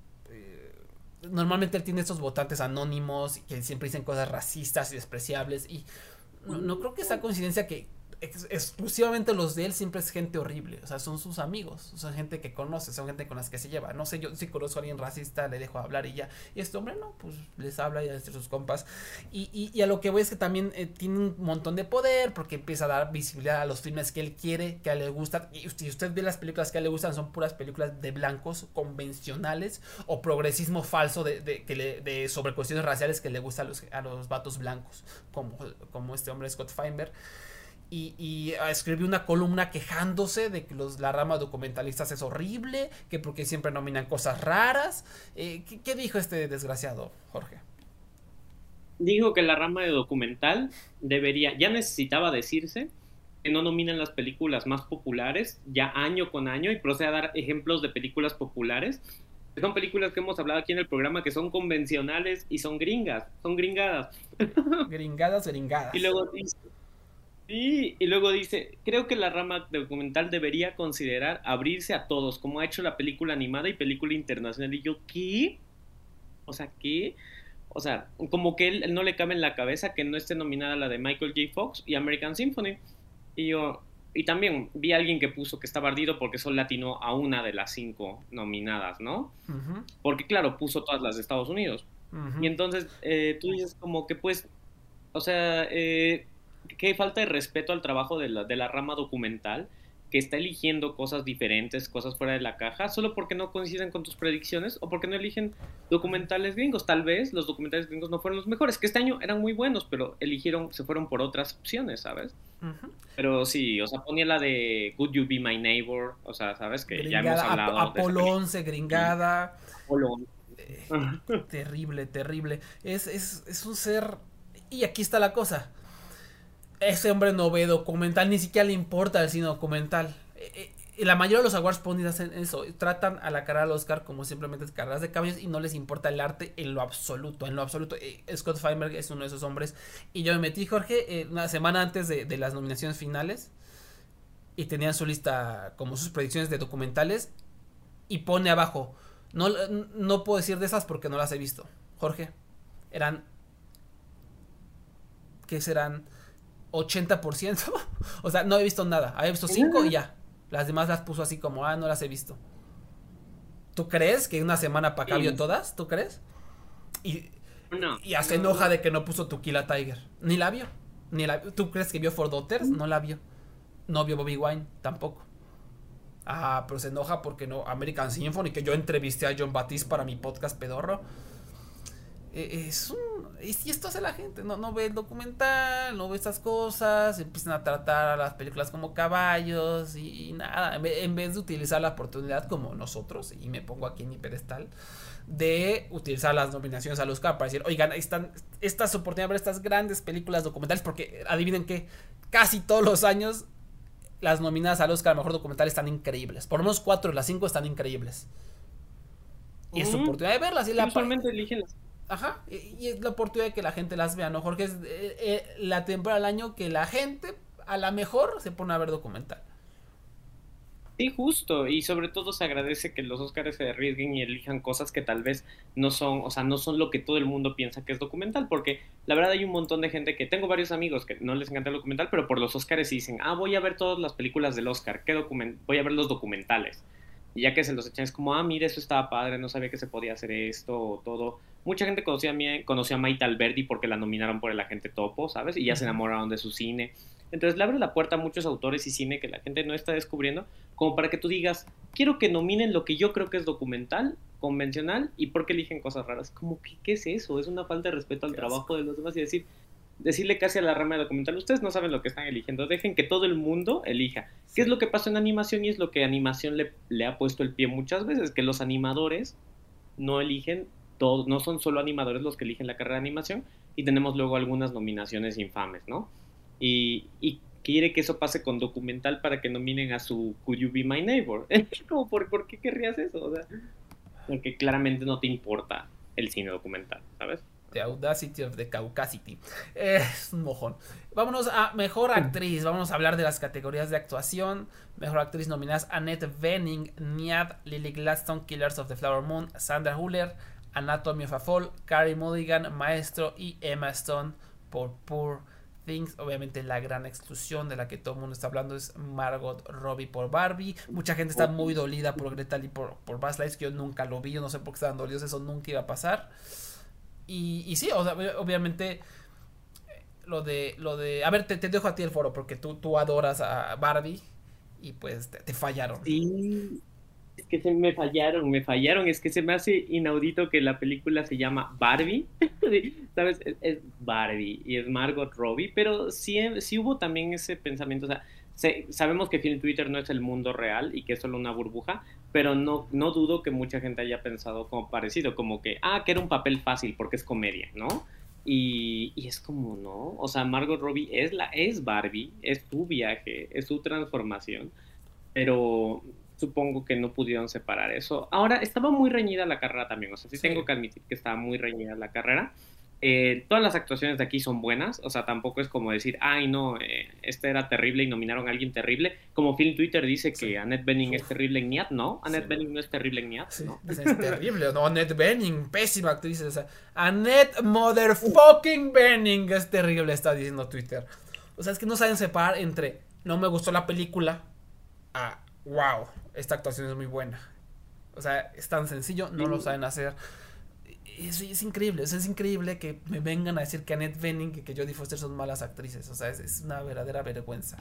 normalmente él tiene estos votantes anónimos que siempre dicen cosas racistas y despreciables, y no creo que sea coincidencia que exclusivamente los de él siempre es gente horrible. O sea, son sus amigos, son gente que conoce, son gente con las que se lleva. No sé, yo si conozco a alguien racista le dejo hablar y ya, y este hombre no, pues les habla ya entre sus compas. Y a lo que voy es que también tiene un montón de poder, porque empieza a dar visibilidad a los filmes que él quiere, que a él le gustan. Y si usted ve las películas que a él le gustan, son puras películas de blancos convencionales o progresismo falso de sobre cuestiones raciales que le gusta a los vatos blancos, como este hombre Scott Feinberg. Y escribió una columna quejándose de que la rama documentalistas es horrible, que porque siempre nominan cosas raras. ¿Qué dijo este desgraciado, Jorge? Dijo que la rama de documental ya necesitaba decirse, que no nominan las películas más populares ya año con año, y procede a dar ejemplos de películas populares. Son películas que hemos hablado aquí en el programa que son convencionales y son gringadas. Gringadas. Y luego dice, creo que la rama documental debería considerar abrirse a todos, como ha hecho la película animada y película internacional. Y yo, ¿qué? O sea, ¿qué? O sea, como que él no le cabe en la cabeza que no esté nominada la de Michael J. Fox y American Symphony. Y también vi a alguien que puso que estaba ardido porque solo latinó a una de las 5 nominadas, ¿no? Uh-huh. Porque claro, puso todas las de Estados Unidos. Uh-huh. Y entonces tú dices como que pues, o sea, qué falta de respeto al trabajo de la rama documental, que está eligiendo cosas diferentes, cosas fuera de la caja, solo porque no coinciden con tus predicciones o porque no eligen documentales gringos. Tal vez los documentales gringos no fueron los mejores, que este año eran muy buenos, pero se fueron por otras opciones, ¿sabes? Uh-huh. Pero sí, o sea, ponía la de Could You Be My Neighbor, o sea, ¿sabes? Que gringada, ya hemos hablado Apolo 11, gringada. Apolo 11. Terrible. Es un ser... Y aquí está la cosa. Ese hombre no ve documental, ni siquiera le importa el cine documental. La mayoría de los awards ponies hacen eso, tratan a la carrera del Oscar como simplemente carreras de caballos y no les importa el arte en lo absoluto. Scott Feinberg es uno de esos hombres. Y yo me metí, Jorge, una semana antes de las nominaciones finales, y tenían su lista como sus predicciones de documentales, y pone abajo, no puedo decir de esas porque no las he visto. Jorge, ¿qué serán? 80%. O sea, no he visto nada. Había visto 5 y ya. Las demás las puso así como, no las he visto. ¿Tú crees que una semana para acá vio todas? ¿Tú crees? Y se enoja de que no puso Tequila Tiger. Ni la vio. ¿Tú crees que vio For Daughters? No la vio. No vio Bobby Wine, tampoco. Pero se enoja porque no. American Symphony, que yo entrevisté a John Batiste para mi podcast pedorro. Y esto hace la gente, no ve el documental, no ve estas cosas, empiezan a tratar a las películas como caballos y nada, en vez de utilizar la oportunidad como nosotros, y me pongo aquí en mi pedestal, de utilizar las nominaciones al Oscar para decir, oigan, estas oportunidades de ver estas grandes películas documentales, porque adivinen que casi todos los años las nominadas al Oscar a Mejor Documental están increíbles, por lo menos 4 de las 5 están increíbles, y es su oportunidad de verlas, y usualmente eligen las... Ajá, y es la oportunidad de que la gente las vea, ¿no, Jorge? Es la temporada del año que la gente a la mejor se pone a ver documental. Sí, justo, y sobre todo se agradece que los Oscars se arriesguen y elijan cosas que tal vez no son lo que todo el mundo piensa que es documental, porque la verdad hay un montón de gente que, tengo varios amigos que no les encanta el documental, pero por los Oscars dicen, voy a ver todas las películas del Oscar, voy a ver los documentales. Y ya que se los echan es como, mire, eso estaba padre, no sabía que se podía hacer esto o todo. Mucha gente conoció a Maite Alberdi porque la nominaron por El Agente Topo, ¿sabes? Y ya se enamoraron de su cine. Entonces le abre la puerta a muchos autores y cine que la gente no está descubriendo, como para que tú digas, quiero que nominen lo que yo creo que es documental, convencional, y por qué eligen cosas raras. Como, ¿qué es eso? Es una falta de respeto al trabajo de los demás y decirle casi a la rama de documental, ustedes no saben lo que están eligiendo, dejen que todo el mundo elija. Sí. ¿Qué es lo que pasó en animación? Y es lo que animación le ha puesto el pie muchas veces, que los animadores no eligen todo, no son solo animadores los que eligen la carrera de animación, y tenemos luego algunas nominaciones infames, ¿no? Y quiere que eso pase con documental para que nominen a su Could You Be My Neighbor. Como, ¿por qué querrías eso? O sea, porque claramente no te importa el cine documental, ¿sabes? The Audacity of the Caucasity. Es un mojón. Vámonos a Mejor Actriz. Vamos a hablar de las categorías de actuación. Mejor Actriz nominadas: Annette Bening, Niad, Lily Gladstone, Killers of the Flower Moon, Sandra Hüller, Anatomy of a Fall, Carey Mulligan, Maestro y Emma Stone por Poor Things. Obviamente la gran exclusión de la que todo el mundo está hablando es Margot Robbie por Barbie. Mucha gente está muy dolida por Greta Lee por Buzz Lightyear, que yo nunca lo vi, yo no sé por qué estaban dolidos, eso nunca iba a pasar. Y sí, o sea, obviamente lo de a ver, te dejo a ti el foro porque tú adoras a Barbie y pues te fallaron. Sí, es que me fallaron, es que se me hace inaudito que la película se llama Barbie, ¿sabes? Es Barbie y es Margot Robbie, pero sí hubo también ese pensamiento, o sea, sabemos que Film Twitter no es el mundo real y que es solo una burbuja, pero no dudo que mucha gente haya pensado como parecido, como que era un papel fácil porque es comedia, ¿no? Y es como, no, o sea, Margot Robbie es Barbie, es su viaje, es su transformación, pero supongo que no pudieron separar eso. Ahora, estaba muy reñida la carrera también, o sea, sí tengo que admitir que estaba muy reñida la carrera. Todas las actuaciones de aquí son buenas, o sea, tampoco es como decir, ay no, este era terrible y nominaron a alguien terrible, como Film Twitter dice que Annette Bening es terrible en Niat, ¿no? Annette Bening no es terrible en Niat, ¿no? Es terrible, no, Annette Bening, pésima actriz, o sea, Annette motherfucking Bening es terrible, está diciendo Twitter. O sea, es que no saben separar entre no me gustó la película a wow, esta actuación es muy buena. O sea, es tan sencillo, no lo saben hacer. Es increíble, es increíble que me vengan a decir que Annette Bening y que Jodie Foster son malas actrices. O sea, es una verdadera vergüenza.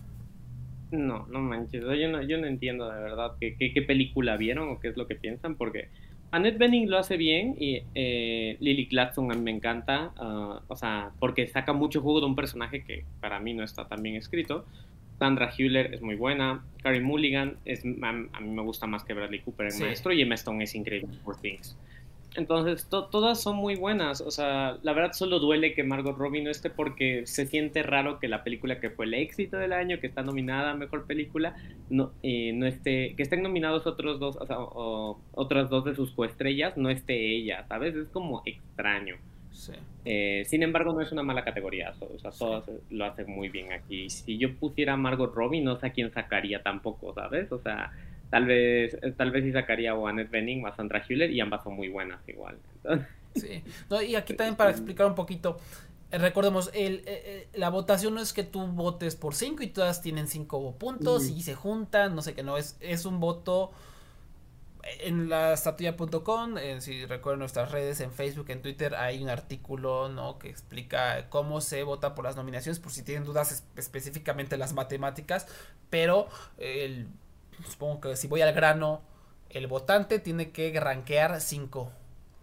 No manches, yo no entiendo de verdad qué película vieron o qué es lo que piensan, porque Annette Bening lo hace bien y Lily Gladstone a mí me encanta, o sea, porque saca mucho jugo de un personaje que para mí no está tan bien escrito. Sandra Hüller es muy buena, Carey Mulligan a mí me gusta más que Bradley Cooper en Maestro, y Emma Stone es increíble por Things. Entonces, todas son muy buenas. O sea, la verdad solo duele que Margot Robbie no esté, porque se siente raro que la película que fue el éxito del año, que está nominada a Mejor Película, no esté, que estén nominados otros dos, o sea, otras dos de sus coestrellas, no esté ella, ¿sabes? Es como extraño. Sí. Sin embargo, no es una mala categoría, o sea, todas lo hacen muy bien aquí. Si yo pusiera a Margot Robbie, no sé a quién sacaría tampoco, ¿sabes? O sea, tal vez sí sacaría o a Annette Bening o a Sandra Hüller, y ambas son muy buenas igual. Entonces, sí, no, y aquí también para explicar un poquito, recordemos, la votación no es que tú votes por 5 y todas tienen 5 puntos y se juntan, no sé qué, no, es un voto en la estatuilla.com, si recuerdan nuestras redes, en Facebook, en Twitter, hay un artículo, ¿no?, que explica cómo se vota por las nominaciones, por si tienen dudas específicamente las matemáticas, pero supongo que si voy al grano, el votante tiene que rankear 5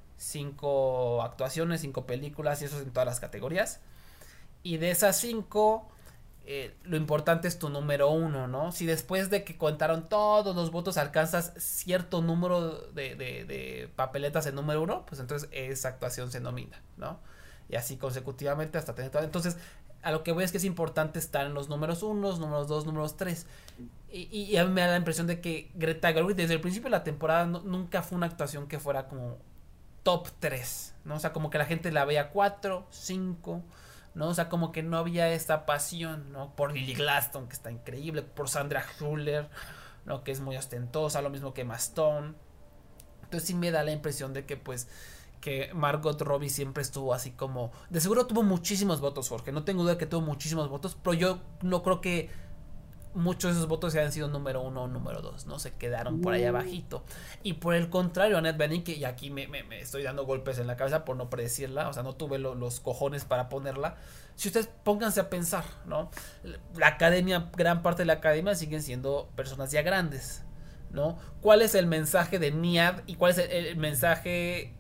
actuaciones, 5 películas, y eso es en todas las categorías. Y de esas 5, lo importante es tu número 1, ¿no? Si después de que contaron todos los votos alcanzas cierto número de papeletas en número 1, pues entonces esa actuación se nomina, ¿no? Y así consecutivamente hasta tener todo. Entonces, a lo que voy es que es importante estar en los números 1, números 2, números 3. Y a mí me da la impresión de que Greta Gerwig desde el principio de la temporada nunca fue una actuación que fuera como top 3, ¿no? O sea, como que la gente la veía 4, 5, ¿no? O sea, como que no había esta pasión, ¿no? Por Lily Gladstone, que está increíble, por Sandra Hüller, ¿no?, que es muy ostentosa, lo mismo que Emma Stone. Entonces sí me da la impresión de que pues que Margot Robbie siempre estuvo así como, de seguro tuvo muchísimos votos, Jorge, no tengo duda que tuvo muchísimos votos, pero yo no creo que muchos de esos votos hayan sido número 1 o número 2, ¿no? Se quedaron por ahí abajito. Y por el contrario, Annette Bening, que aquí me estoy dando golpes en la cabeza por no predecirla, o sea, no tuve los cojones para ponerla. Si ustedes pónganse a pensar, ¿no? La academia, gran parte de la academia siguen siendo personas ya grandes, ¿no? ¿Cuál es el mensaje de Niad y cuál es el mensaje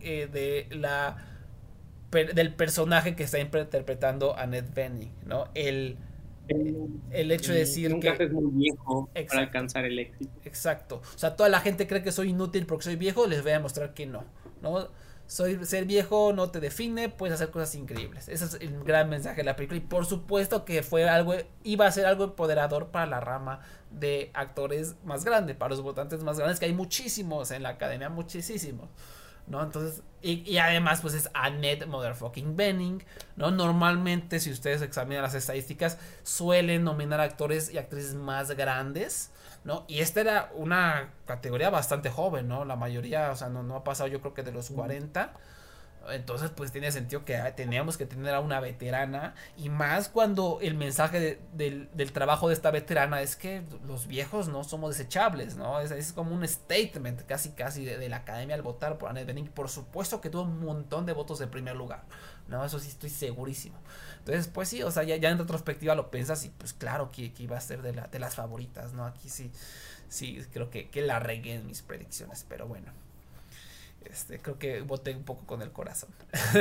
del personaje que está interpretando Annette Bening, ¿no? El hecho de decir nunca que es muy viejo. Exacto. Para alcanzar el éxito. Exacto. O sea, toda la gente cree que soy inútil porque soy viejo, les voy a demostrar que no, ¿no? Ser viejo no te define, puedes hacer cosas increíbles. Ese es el gran mensaje de la película. Y por supuesto que iba a ser algo empoderador para la rama de actores más grande, para los votantes más grandes, que hay muchísimos en la academia, muchísimos, ¿no? Entonces, y además, pues es Annette Motherfucking Bening, ¿no? Normalmente, si ustedes examinan las estadísticas, suelen nominar actores y actrices más grandes, ¿no? Y esta era una categoría bastante joven, ¿no? La mayoría, o sea, no ha pasado yo creo que de los 40. Entonces, pues tiene sentido que teníamos que tener a una veterana. Y más cuando el mensaje del trabajo de esta veterana es que los viejos no somos desechables, ¿no? Es como un statement casi de la academia al votar por Annette Bening. Por supuesto que tuvo un montón de votos de primer lugar, ¿no? Eso sí estoy segurísimo. Entonces, pues sí, o sea, ya en retrospectiva lo piensas y pues claro que iba a ser de las favoritas, ¿no? Aquí sí creo que la regué en mis predicciones, pero bueno. Creo que voté un poco con el corazón.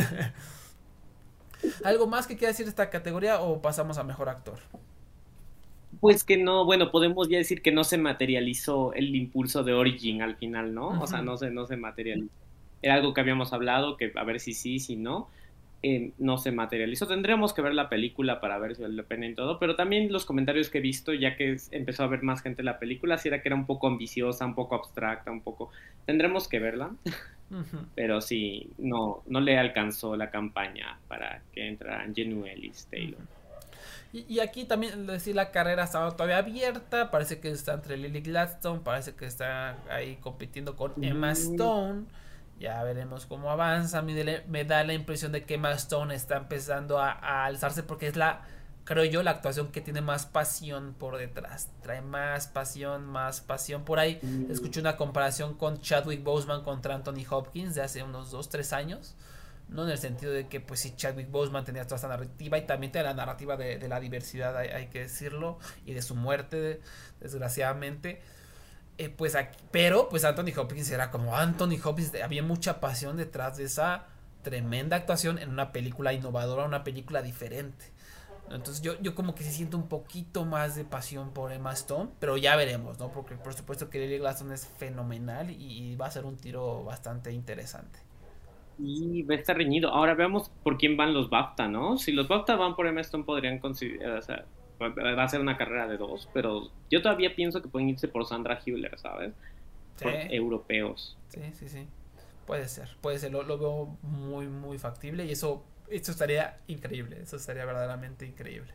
¿Algo más que quiera decir de esta categoría o pasamos a mejor actor? Pues que no, bueno, podemos ya decir que no se materializó el impulso de Origin al final, ¿no? Uh-huh. O sea, no se materializó. Era algo que habíamos hablado, que a ver si sí, si no. No se materializó. Tendríamos que ver la película para ver si vale la pena y todo, pero también los comentarios que he visto, ya que empezó a ver más gente la película, sí era que era un poco ambiciosa, un poco abstracta, un poco... Tendremos que verla, pero sí, no le alcanzó la campaña para que entraran Jenny Ellis-Taylor. Y aquí también decir la carrera estaba todavía abierta, parece que está entre Lily Gladstone, parece que está ahí compitiendo con Emma Stone. Ya veremos cómo avanza. Me da la impresión de que Emma Stone está empezando a alzarse porque es creo yo, la actuación que tiene más pasión por detrás. Trae más pasión por ahí. Escuché una comparación con Chadwick Boseman contra Anthony Hopkins de hace unos 2-3 años. No en el sentido de que pues sí, Chadwick Boseman tenía toda esta narrativa y también tiene la narrativa de la diversidad, hay que decirlo, y de su muerte, desgraciadamente. Pues aquí, pero pues Anthony Hopkins era como Anthony Hopkins, había mucha pasión detrás de esa tremenda actuación en una película innovadora, una película diferente. Entonces yo como que sí siento un poquito más de pasión por Emma Stone, pero ya veremos, ¿no? Porque por supuesto que Lily Gladstone es fenomenal y va a ser un tiro bastante interesante. Y va a estar reñido. Ahora veamos por quién van los BAFTA, ¿no? Si los BAFTA van por Emma Stone podrían considerar, o sea, va a ser una carrera de dos, pero yo todavía pienso que pueden irse por Sandra Hüller, ¿sabes? Sí. Por europeos. Sí. Puede ser, lo veo muy, muy factible y eso estaría increíble, eso estaría verdaderamente increíble.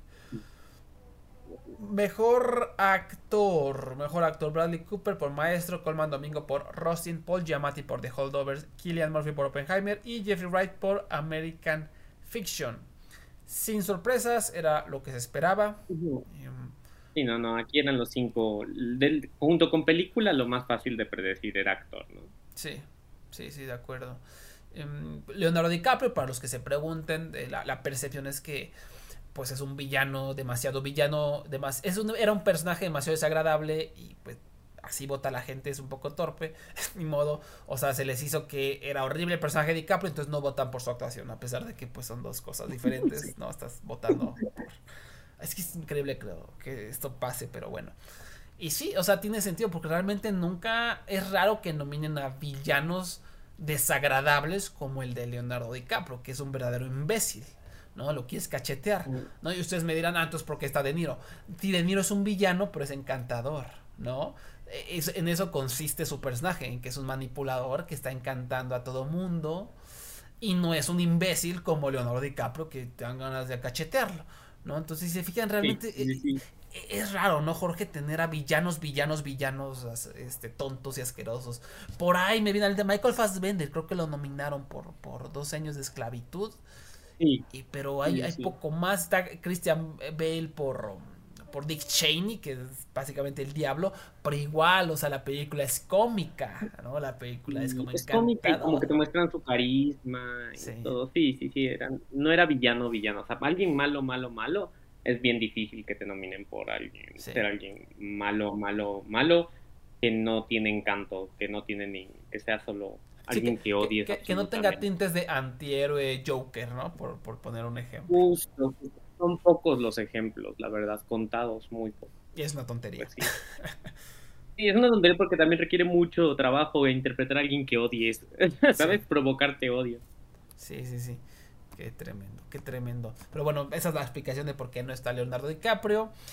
Mejor actor Bradley Cooper por Maestro, Colman Domingo por Rustin, Paul Giamatti por The Holdovers, Cillian Murphy por Oppenheimer y Jeffrey Wright por American Fiction. Sin sorpresas, era lo que se esperaba. Sí, no, aquí eran los 5. Junto con película, lo más fácil de predecir era actor, ¿no? Sí, de acuerdo. Leonardo DiCaprio, para los que se pregunten, la percepción es que pues es un villano, demasiado villano, era un personaje demasiado desagradable y pues así vota la gente, es un poco torpe, ni modo, o sea, se les hizo que era horrible el personaje de DiCaprio, entonces no votan por su actuación, a pesar de que pues son dos cosas diferentes, sí. No estás votando por... Es que es increíble, creo, que esto pase, pero bueno. Y sí, o sea, tiene sentido, porque realmente nunca, es raro que nominen a villanos desagradables como el de Leonardo DiCaprio, que es un verdadero imbécil, ¿no? Lo quieres cachetear, ¿no? Y ustedes me dirán, entonces, ¿por qué está De Niro? De Niro es un villano, pero es encantador, ¿no? En eso consiste su personaje, en que es un manipulador que está encantando a todo mundo y no es un imbécil como Leonardo DiCaprio que te dan ganas de cachetearlo, ¿no? Entonces, si se fijan, realmente sí. Es raro, ¿no, Jorge? Tener a villanos tontos y asquerosos. Por ahí me viene el de Michael Fassbender, creo que lo nominaron por 2 años de esclavitud. Sí. Pero hay poco más. Está Christian Bale por Dick Cheney, que es básicamente el diablo, pero igual, o sea, la película es cómica, ¿no? La película es como es cómica y como que te muestran su carisma y todo. Sí, no era villano, o sea, alguien malo, es bien difícil que te nominen por alguien, ser alguien malo, que no tiene encanto, que no tiene que sea solo alguien que odies. Que no tenga tintes de antihéroe Joker, ¿no? Por poner un ejemplo. Justo. Son pocos los ejemplos, la verdad, contados muy pocos. Y es una tontería. Pues sí, es una tontería porque también requiere mucho trabajo interpretar a alguien que odies, ¿sabes? Sí. Provocarte odio. Sí. Qué tremendo. Pero bueno, esa es la explicación de por qué no está Leonardo DiCaprio.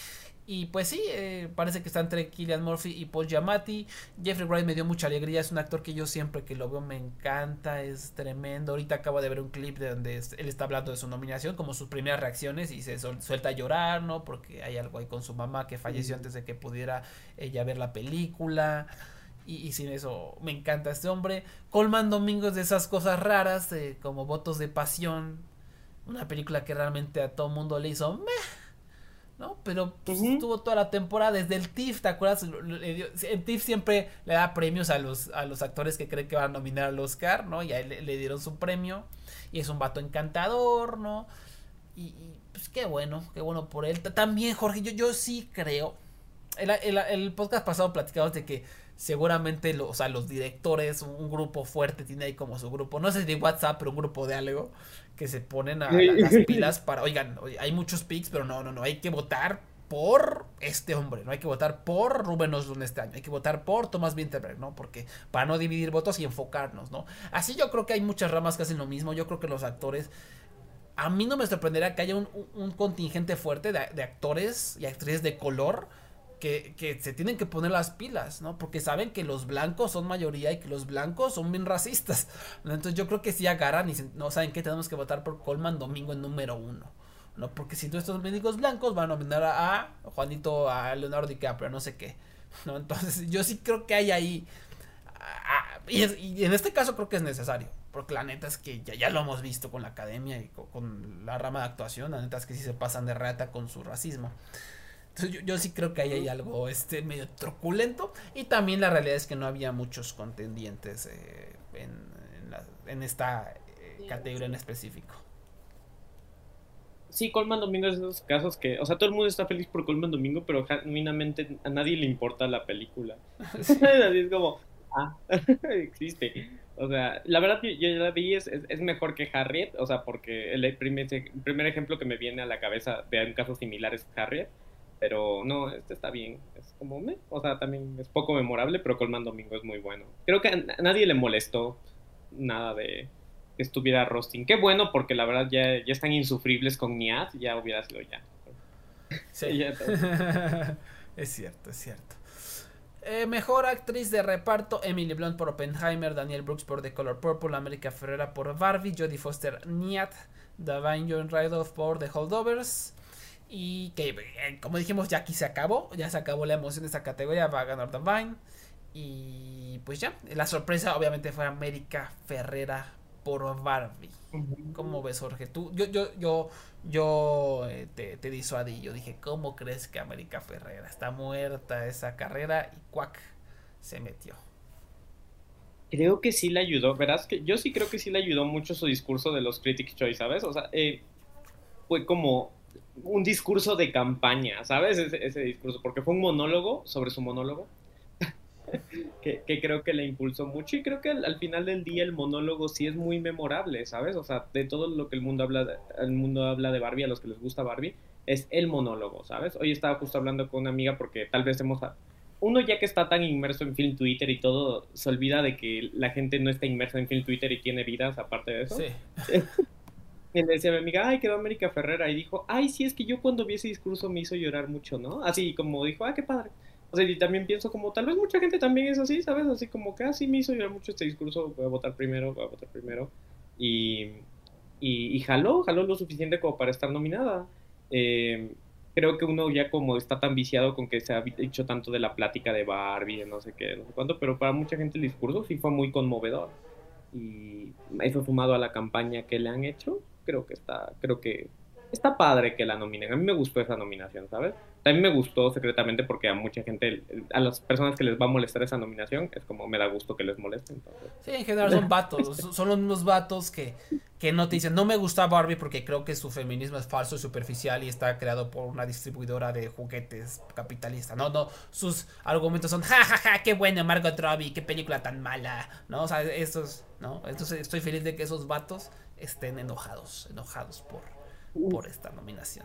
Y pues sí, parece que está entre Cillian Murphy y Paul Giamatti. Jeffrey Wright me dio mucha alegría, es un actor que yo siempre que lo veo me encanta, es tremendo. Ahorita acabo de ver un clip de donde él está hablando de su nominación, como sus primeras reacciones, y se suelta a llorar, ¿no? Porque hay algo ahí con su mamá que falleció antes de que pudiera ella ver la película. Y sin eso, me encanta este hombre. Colman Domingos de esas cosas raras, como Votos de Pasión. Una película que realmente a todo mundo le hizo meh, ¿no? Pero pues, estuvo toda la temporada desde el TIFF, ¿te acuerdas? El TIFF siempre le da premios a los actores que creen que van a nominar al Oscar, ¿no? Y a él le dieron su premio. Y es un vato encantador, ¿no? Y pues qué bueno por él. También, Jorge, yo sí creo. El podcast pasado platicamos de que seguramente los directores, un grupo fuerte tiene ahí como su grupo, no sé si de WhatsApp, pero un grupo de algo, que se ponen a las pilas para, oigan, hay muchos picks, pero no, hay que votar por este hombre, no hay que votar por Ruben Östlund este año, hay que votar por Thomas Vinterberg, ¿no? Porque para no dividir votos y enfocarnos, ¿no? Así yo creo que hay muchas ramas que hacen lo mismo. Yo creo que los actores, a mí no me sorprendería que haya un contingente fuerte de actores y actrices de color que se tienen que poner las pilas, ¿no? Porque saben que los blancos son mayoría y que los blancos son bien racistas, ¿no? Entonces yo creo que sí agarran y no saben que tenemos que votar por Colman Domingo en número 1, ¿no? Porque si todos estos médicos blancos van a nominar a Juanito, a Leonardo DiCaprio, no sé qué, ¿no? Entonces yo sí creo que hay ahí, y en este caso creo que es necesario, porque la neta es que ya lo hemos visto con la academia y con la rama de actuación. La neta es que sí se pasan de rata con su racismo. Entonces yo sí creo que ahí hay algo medio truculento. Y también la realidad es que no había muchos contendientes en esta categoría en específico. Sí, Colman Domingo es de esos casos que, o sea, todo el mundo está feliz por Colman Domingo, pero genuinamente a nadie le importa la película. Sí. Así es como, existe. O sea, la verdad que yo ya la vi, es mejor que Harriet, o sea, porque el primer ejemplo que me viene a la cabeza de un caso similar es Harriet. Pero no, está bien, es como, o sea, también es poco memorable, pero Colman Domingo es muy bueno. Creo que a nadie le molestó nada de que estuviera Roasting. Qué bueno, porque la verdad ya están insufribles con Niad, ya hubiera sido ya. Sí, ya es cierto. Mejor actriz de reparto: Emily Blunt por Oppenheimer, Danielle Brooks por The Color Purple, America Ferrera por Barbie, Jodie Foster Niad, Da'Vine Joy Randolph por The Holdovers. Y que, como dijimos, ya aquí se acabó la emoción de esta categoría, va a ganar Da'Vine. Y pues ya, la sorpresa obviamente fue America Ferrera por Barbie. ¿Cómo ves, Jorge? Tú, yo te disuadí, yo dije, ¿cómo crees que America Ferrera? Está muerta esa carrera, y cuac, se metió. Creo que sí le ayudó, verás que yo sí creo que sí le ayudó mucho su discurso de los Critics' Choice, ¿sabes? O sea, fue como un discurso de campaña, ¿sabes? Ese discurso, porque fue un monólogo sobre su monólogo que creo que le impulsó mucho, y creo que al final del día el monólogo sí es muy memorable, ¿sabes? O sea, de todo lo que el mundo habla de Barbie, a los que les gusta Barbie, es el monólogo, ¿sabes? Hoy estaba justo hablando con una amiga porque tal vez uno ya que está tan inmerso en Film Twitter y todo, se olvida de que la gente no está inmersa en Film Twitter y tiene vidas aparte de eso. Sí. Y le decía a mi amiga, ay, quedó America Ferrera, y dijo, ay, sí, es que yo cuando vi ese discurso me hizo llorar mucho, ¿no? Así como dijo, qué padre. O sea, y también pienso como, tal vez mucha gente también es así, ¿sabes? Así como que, sí me hizo llorar mucho este discurso, voy a votar primero. Y jaló lo suficiente como para estar nominada. Creo que uno ya como está tan viciado con que se ha dicho tanto de la plática de Barbie, de no sé qué, no sé cuánto, pero para mucha gente el discurso sí fue muy conmovedor. Y eso sumado a la campaña que le han hecho, creo que está padre que la nominen. A mí me gustó esa nominación, ¿sabes? También me gustó secretamente porque a mucha gente, a las personas que les va a molestar esa nominación, es como me da gusto que les moleste. Entonces. Sí, en general son vatos, son los mismos vatos que no te dicen, no me gusta Barbie porque creo que su feminismo es falso y superficial y está creado por una distribuidora de juguetes capitalista. No, sus argumentos son, jajaja, qué bueno Margot Robbie, qué película tan mala, ¿no? O sea, estos, ¿no? Entonces estoy feliz de que esos vatos estén enojados por esta nominación.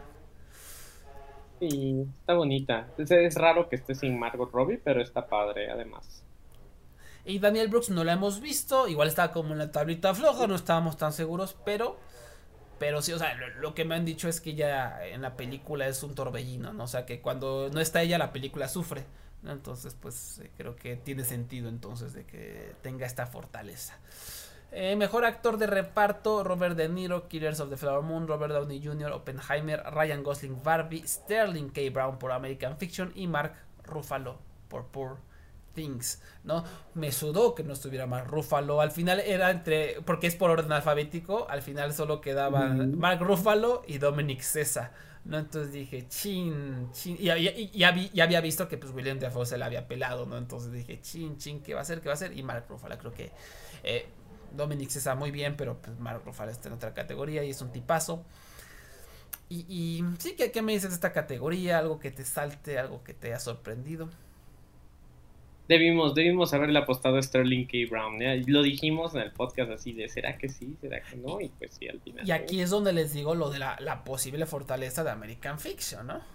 Sí, está bonita. Es raro que esté sin Margot Robbie, pero está padre además. Y Danielle Brooks no la hemos visto, igual estaba como en la tablita floja, no estábamos tan seguros, pero Pero sí, o sea, lo que me han dicho es que ella en la película es un torbellino, ¿no? O sea, que cuando no está ella, la película sufre, ¿no? Entonces, pues creo que tiene sentido entonces de que tenga esta fortaleza. Mejor actor de reparto: Robert De Niro, Killers of the Flower Moon, Robert Downey Jr., Oppenheimer, Ryan Gosling, Barbie, Sterling K. Brown por American Fiction y Mark Ruffalo por Poor Things, ¿no? Me sudó que no estuviera Mark Ruffalo. Al final era porque es por orden alfabético, al final solo quedaban Mark Ruffalo y Dominic Sessa, ¿no? Entonces dije, chin. Y ya había visto que pues William Dafoe se la había pelado, ¿no? Entonces dije, chin, ¿qué va a hacer? Y Mark Ruffalo, creo que Dominic Sessa muy bien, pero pues Mark Ruffalo está en otra categoría y es un tipazo. Y sí, ¿qué me dices de esta categoría? Algo que te salte, algo que te haya sorprendido. Debimos haberle apostado a Sterling K. Brown, ¿eh? Lo dijimos en el podcast así de ¿será que sí? ¿Será que no? Y pues sí, al final. Y aquí es donde les digo lo de la posible fortaleza de American Fiction, ¿no?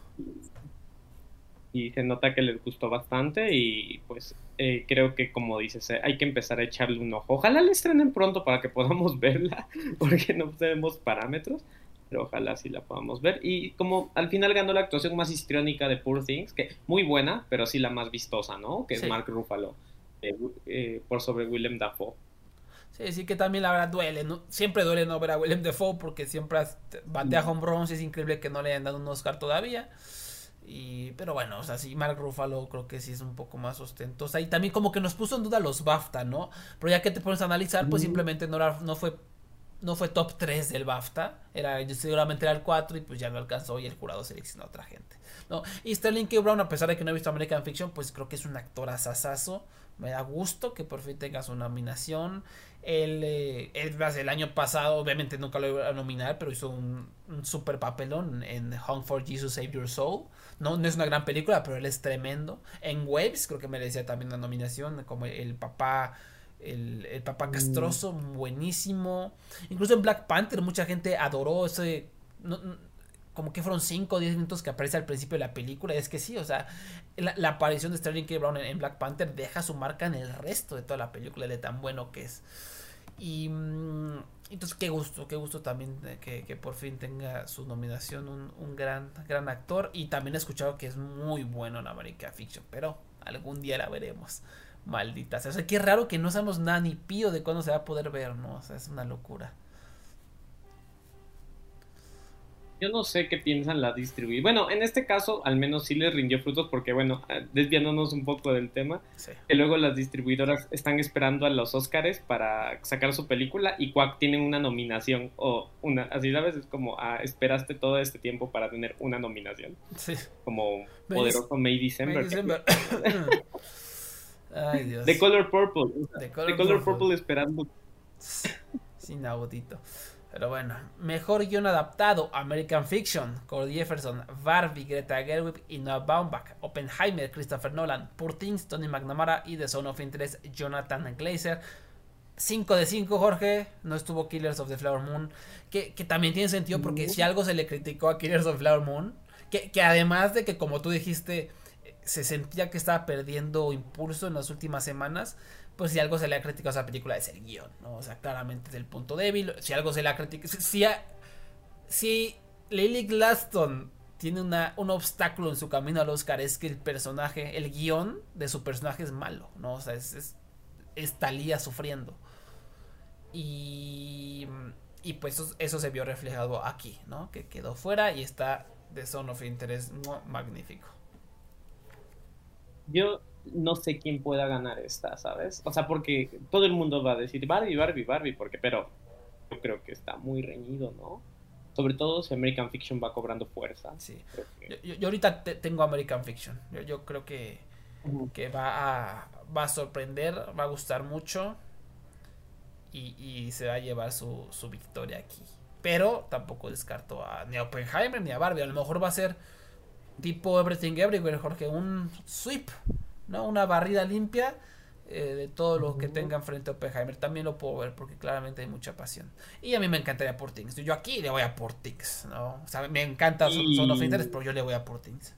Y se nota que les gustó bastante y pues creo que como dices, hay que empezar a echarle un ojo. Ojalá la estrenen pronto para que podamos verla, porque no tenemos parámetros, pero ojalá sí la podamos ver. Y como al final ganó la actuación más histriónica de Poor Things, que muy buena, pero sí la más vistosa, ¿no? Que es Mark Ruffalo, por sobre Willem Dafoe. Sí, que también la verdad duele, ¿no? Siempre duele no ver a Willem Dafoe porque siempre batea home runs, es increíble que no le hayan dado un Oscar todavía. Pero bueno, o sea, sí, Mark Ruffalo creo que sí es un poco más ostentosa. Y también como que nos puso en duda los BAFTA, ¿no? Pero ya que te pones a analizar, pues simplemente no fue top 3 del BAFTA. Seguramente era el 4 y pues ya no alcanzó y el jurado seleccionó a otra gente, ¿no? Y Sterling K. Brown, a pesar de que no he visto American Fiction, pues creo que es un actor asasazo. Me da gusto que por fin tenga su nominación. Él el año pasado, obviamente nunca lo iba a nominar, pero hizo un super papelón en Hunt for Jesus Save Your Soul. No es una gran película, pero él es tremendo. En Waves creo que merecía también una nominación, como el papá castroso, buenísimo. Incluso en Black Panther mucha gente adoró ese... como que fueron 5 o 10 minutos que aparece al principio de la película. Y es que sí, o sea, la aparición de Sterling K. Brown en Black Panther deja su marca en el resto de toda la película, de tan bueno que es. Y entonces qué gusto también que por fin tenga su nominación un gran actor. Y también he escuchado que es muy bueno en American Fiction, pero algún día la veremos. Maldita sea, o sea, qué raro que no sabemos nada ni pío de cuándo se va a poder ver, ¿no? O sea, es una locura. Yo no sé qué piensan la distribuidora. Bueno, en este caso, al menos sí les rindió frutos porque, bueno, desviándonos un poco del tema, sí, que luego las distribuidoras están esperando a los Óscares para sacar su película y cuac, tienen una nominación o una, así sabes, es como, esperaste todo este tiempo para tener una nominación. Sí. Como poderoso May December. Ay, Dios. The Color Purple. The Color Purple esperando. Sin audito. Pero bueno, mejor guión adaptado: American Fiction, Corey Jefferson, Barbie, Greta Gerwig y Noah Baumbach, Oppenheimer, Christopher Nolan, Poor Things, Tony McNamara y The Zone of Interest, Jonathan Glazer. 5 de 5, Jorge. No estuvo Killers of the Flower Moon, que también tiene sentido porque si algo se le criticó a Killers of the Flower Moon, que además de que, como tú dijiste, se sentía que estaba perdiendo impulso en las últimas semanas, pues si algo se le ha criticado a esa película es el guión, ¿no? O sea, claramente es el punto débil. Si algo se le ha criticado, si Lily Gladstone tiene un obstáculo en su camino al Oscar, es que el guión de su personaje es malo, ¿no? O sea, es Thalía sufriendo. Y pues eso se vio reflejado aquí, ¿no? Que quedó fuera y está The Zone of Interest, magnífico. Yo no sé quién pueda ganar esta, ¿sabes? O sea, porque todo el mundo va a decir Barbie, pero yo creo que está muy reñido, ¿no? Sobre todo si American Fiction va cobrando fuerza. Sí. Yo ahorita tengo American Fiction. Yo creo que va a sorprender, va a gustar mucho y se va a llevar su victoria aquí. Pero tampoco descarto ni a Oppenheimer ni a Barbie. A lo mejor va a ser tipo Everything Everywhere, Jorge, un sweep, ¿no? Una barrida limpia de todo lo que tengan frente a Oppenheimer. También lo puedo ver porque claramente hay mucha pasión. Y a mí me encantaría Poor Things. Yo aquí le voy a Poor Things, ¿no? O sea, me encanta Zone of Interest, pero yo le voy a Poor Things.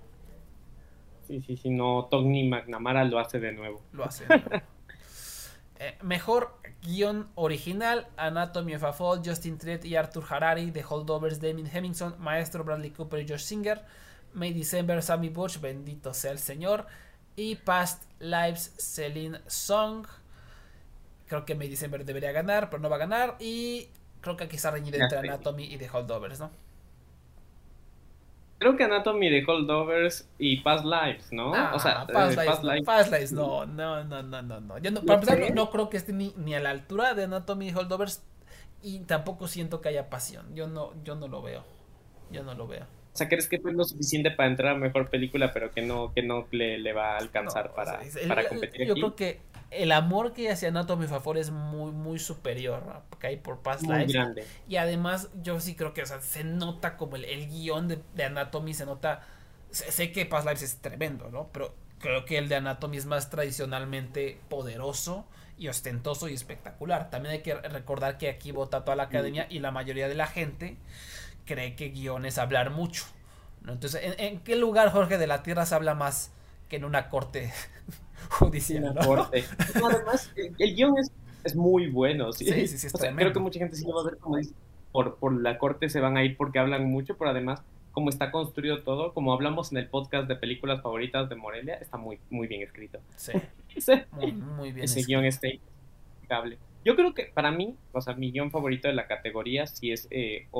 Sí, no, Tony McNamara lo hace de nuevo. Mejor guión original: Anatomy of a Fall, Justin Triet y Arthur Harari. The Holdovers, Damien Hemmingson. Maestro, Bradley Cooper y Josh Singer. May December, Sammy Bush, bendito sea el señor. Y Past Lives, Celine Song. Creo que May December debería ganar, pero no va a ganar. Y creo que aquí está reñido entre Anatomy y The Holdovers, ¿no? Creo que Anatomy, The Holdovers y Past Lives, ¿no? O sea, Past Lives, no. Yo no, para empezar, no creo que esté ni a la altura de Anatomy y Holdovers. Y tampoco siento que haya pasión. Yo no lo veo. O sea, ¿crees que fue lo suficiente para entrar a mejor película, pero que no le va a alcanzar para competir aquí? Yo creo que el amor que hacia Anatomy of a Fall es muy, muy superior, ¿no? Que hay por Past Lives. Grande. Y además, yo sí creo que, o sea, se nota como el guión de Anatomy, se nota. Sé que Past Lives es tremendo, ¿no? Pero creo que el de Anatomy es más tradicionalmente poderoso y ostentoso y espectacular. También hay que recordar que aquí vota toda la academia y la mayoría de la gente cree que guión es hablar mucho, ¿no? Entonces, ¿en qué lugar, Jorge, de la Tierra se habla más que en una corte judicial, ¿no? Además, el guión es muy bueno, ¿sí? Sí, es o sea, creo que mucha gente sí lo va a ver como dice, por la corte se van a ir porque hablan mucho, pero además, como está construido todo, como hablamos en el podcast de películas favoritas de Morelia, está muy, muy bien escrito. Sí. Muy bien Ese escrito. guión está impecable. Yo creo que para mí, o sea, mi guión favorito de la categoría sí es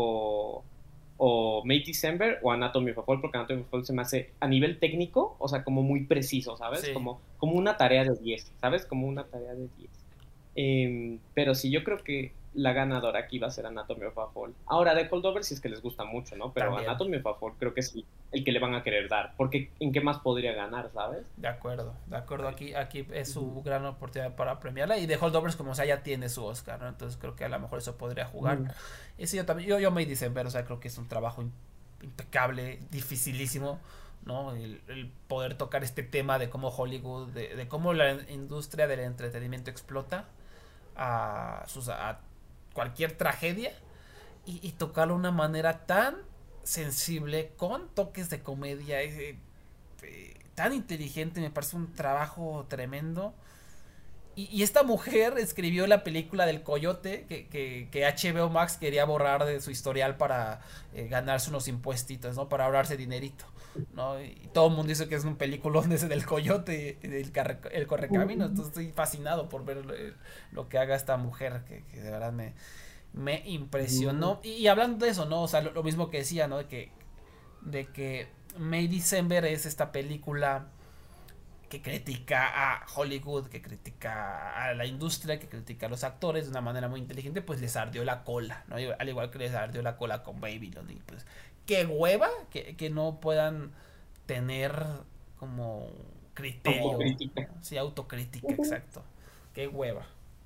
o May December o Anatomy of a Fall, porque Anatomy of a Fall se me hace a nivel técnico, o sea, como muy preciso, ¿sabes? Sí. Como una tarea de 10, ¿sabes? Como una tarea de 10. Pero sí, yo creo que la ganadora aquí va a ser Anatomy of a Fall. Ahora, The Holdovers sí es que les gusta mucho, ¿no? Pero También. Anatomy of a Fall creo que es el que le van a querer dar, porque ¿en qué más podría ganar, ¿sabes? De acuerdo. Aquí es su gran oportunidad para premiarla. Y The Holdovers, como sea, ya tiene su Oscar, ¿no? Entonces creo que a lo mejor eso podría jugar. Y sí, yo me dicen, pero o sea, creo que es un trabajo impecable, dificilísimo, ¿no? El poder tocar este tema de cómo Hollywood, de cómo la industria del entretenimiento explota a cualquier tragedia y tocarlo de una manera tan sensible, con toques de comedia, tan inteligente. Me parece un trabajo tremendo. Y esta mujer escribió la película del Coyote que HBO Max quería borrar de su historial para ganarse unos impuestitos, ¿no? Para ahorrarse dinerito, ¿no? Y todo el mundo dice que es un peliculón ese del Coyote, el Correcamino. Entonces estoy fascinado por ver lo que haga esta mujer, que de verdad me impresionó. Y hablando de eso, ¿no? O sea, lo mismo que decía, ¿no? De que May December es esta película que critica a Hollywood, que critica a la industria, que critica a los actores de una manera muy inteligente. Pues les ardió la cola, ¿no? Al igual que les ardió la cola con Babylon. Y pues qué hueva que no puedan tener como criterio. Autocrítica. Sí, autocrítica, exacto. Qué hueva.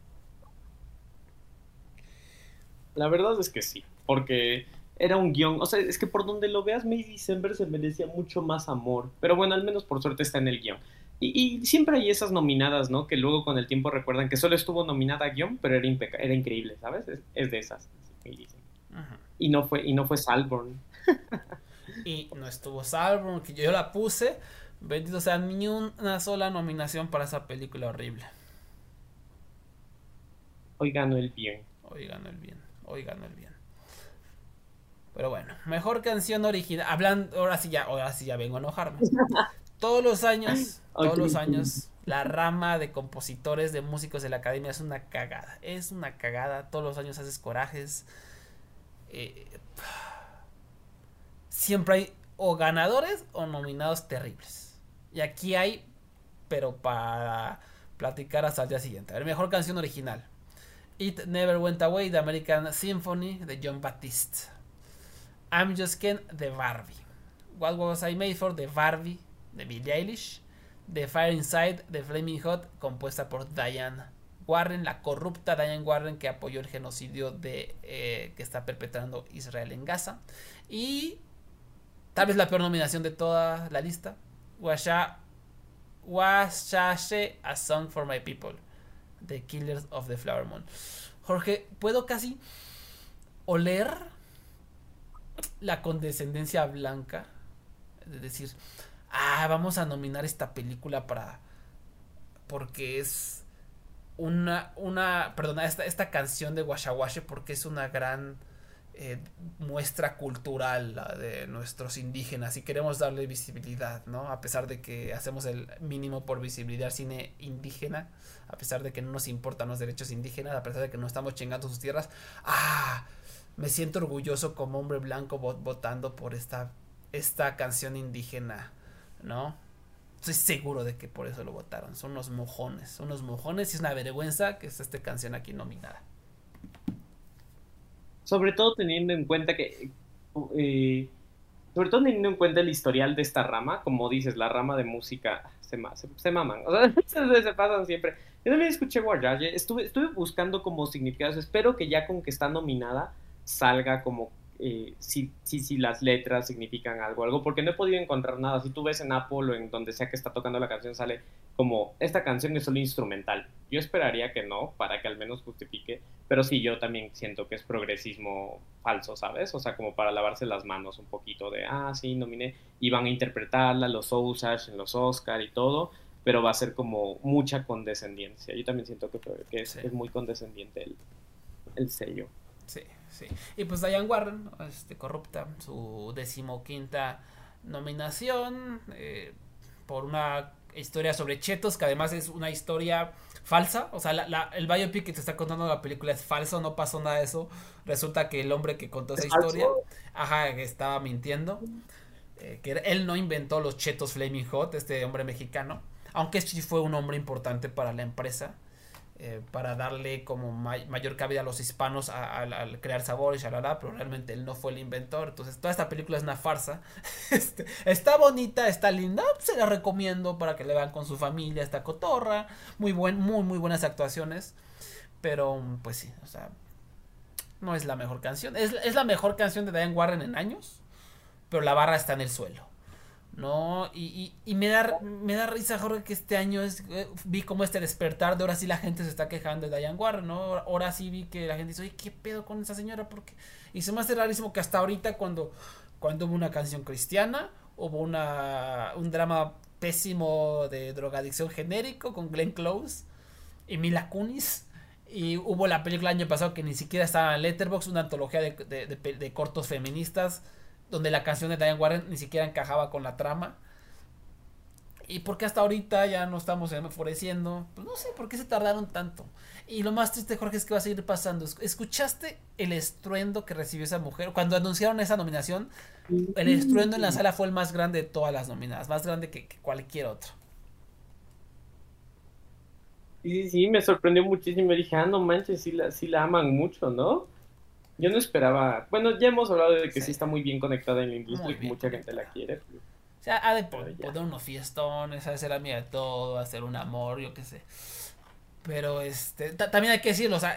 La verdad es que sí, porque era un guión, o sea, es que por donde lo veas, May December se merecía mucho más amor, pero bueno, al menos por suerte está en el guión. Y siempre hay esas nominadas, ¿no? Que luego con el tiempo recuerdan que solo estuvo nominada a guión, pero era increíble, ¿sabes? Es de esas, May December. Uh-huh. Y no fue Salborn. Y no estuvo Salborn, que yo la puse, bendito, o sea, ni una sola nominación para esa película horrible. Hoy ganó el bien. Hoy ganó el bien. Pero bueno, mejor canción original. Hablando, ahora sí ya vengo a enojarme. Todos los años, la rama de compositores, de músicos de la academia es una cagada. Es una cagada. Todos los años haces corajes. Siempre hay o ganadores o nominados terribles. Y aquí hay, pero para platicar hasta el día siguiente. A ver, mejor canción original. It Never Went Away, de American Symphony, de John Baptiste. I'm Just Ken, de Barbie. What Was I Made For, de Barbie, de Billie Eilish. The Fire Inside, de Flaming Hot, compuesta por Diane Warren, la corrupta Diane Warren, que apoyó el genocidio que está perpetrando Israel en Gaza. Y tal vez la peor nominación de toda la lista, Waschashe, A Song For My People, The Killers of the Flower Moon. Jorge, puedo casi oler la condescendencia blanca de decir, vamos a nominar esta película porque es perdona, esta canción de Guachaguache porque es una gran muestra cultural de nuestros indígenas y queremos darle visibilidad, ¿no? A pesar de que hacemos el mínimo por visibilidad al cine indígena, a pesar de que no nos importan los derechos indígenas, a pesar de que no estamos chingando sus tierras, me siento orgulloso como hombre blanco votando por esta canción indígena, ¿no? Estoy seguro de que por eso lo votaron. Son unos mojones y es una vergüenza que esté esta canción aquí nominada. Sobre todo teniendo en cuenta sobre todo teniendo en cuenta el historial de esta rama, como dices, la rama de música se maman, o sea, se pasan siempre. Yo también escuché Guayaye, estuve buscando como significados, espero que ya con que está nominada salga como si las letras significan algo, porque no he podido encontrar nada. Si tú ves en Apple o en donde sea que está tocando la canción, sale como, esta canción es solo instrumental. Yo esperaría que no, para que al menos justifique, pero sí, yo también siento que es progresismo falso, ¿sabes? O sea, como para lavarse las manos un poquito de, sí, nominé, y van a interpretarla, los Osage en los Oscar y todo, pero va a ser como mucha condescendencia. Yo también siento que es muy condescendiente el sello. Sí. Y pues Diane Warren, corrupta, su 15ª nominación por una historia sobre chetos, que además es una historia falsa. O sea, el biopic que te está contando la película es falso, no pasó nada de eso. Resulta que el hombre que contó esa historia, que estaba mintiendo. Que él no inventó los chetos Flaming Hot, este hombre mexicano. Aunque sí fue un hombre importante para la empresa. Para darle como mayor cabida a los hispanos al crear sabor y shalala, pero realmente él no fue el inventor. Entonces toda esta película es una farsa. Está bonita, está linda, se la recomiendo para que la vean con su familia, está cotorra, muy buenas actuaciones, pero pues sí, o sea, no es la mejor canción, es la mejor canción de Diane Warren en años, pero la barra está en el suelo. No, y me da risa, Jorge, que este año vi como despertar de ahora sí la gente se está quejando de Diane Warren, ¿no? Ahora sí vi que la gente dice, oye, ¿qué pedo con esa señora? Porque y se me hace rarísimo que hasta ahorita cuando hubo una canción cristiana, hubo un drama pésimo de drogadicción genérico con Glenn Close y Mila Kunis, y hubo la película el año pasado que ni siquiera estaba en Letterboxd, una antología de cortos feministas, donde la canción de Diane Warren ni siquiera encajaba con la trama. ¿Y por qué hasta ahorita ya no estamos enfureciendo? Pues no sé, ¿por qué se tardaron tanto? Y lo más triste, Jorge, es que va a seguir pasando. ¿Escuchaste el estruendo que recibió esa mujer? Cuando anunciaron esa nominación, el estruendo en la sala fue el más grande de todas las nominadas, más grande que cualquier otro. Sí, me sorprendió muchísimo. Dije, no manches, sí la aman mucho, ¿no? Yo no esperaba. Bueno, ya hemos hablado de que sí está muy bien conectada en la industria y que mucha gente la quiere. O sea, ha de poner unos fiestones, hacer amiga de todo, hacer un amor, yo qué sé. Pero también hay que decirlo, o sea,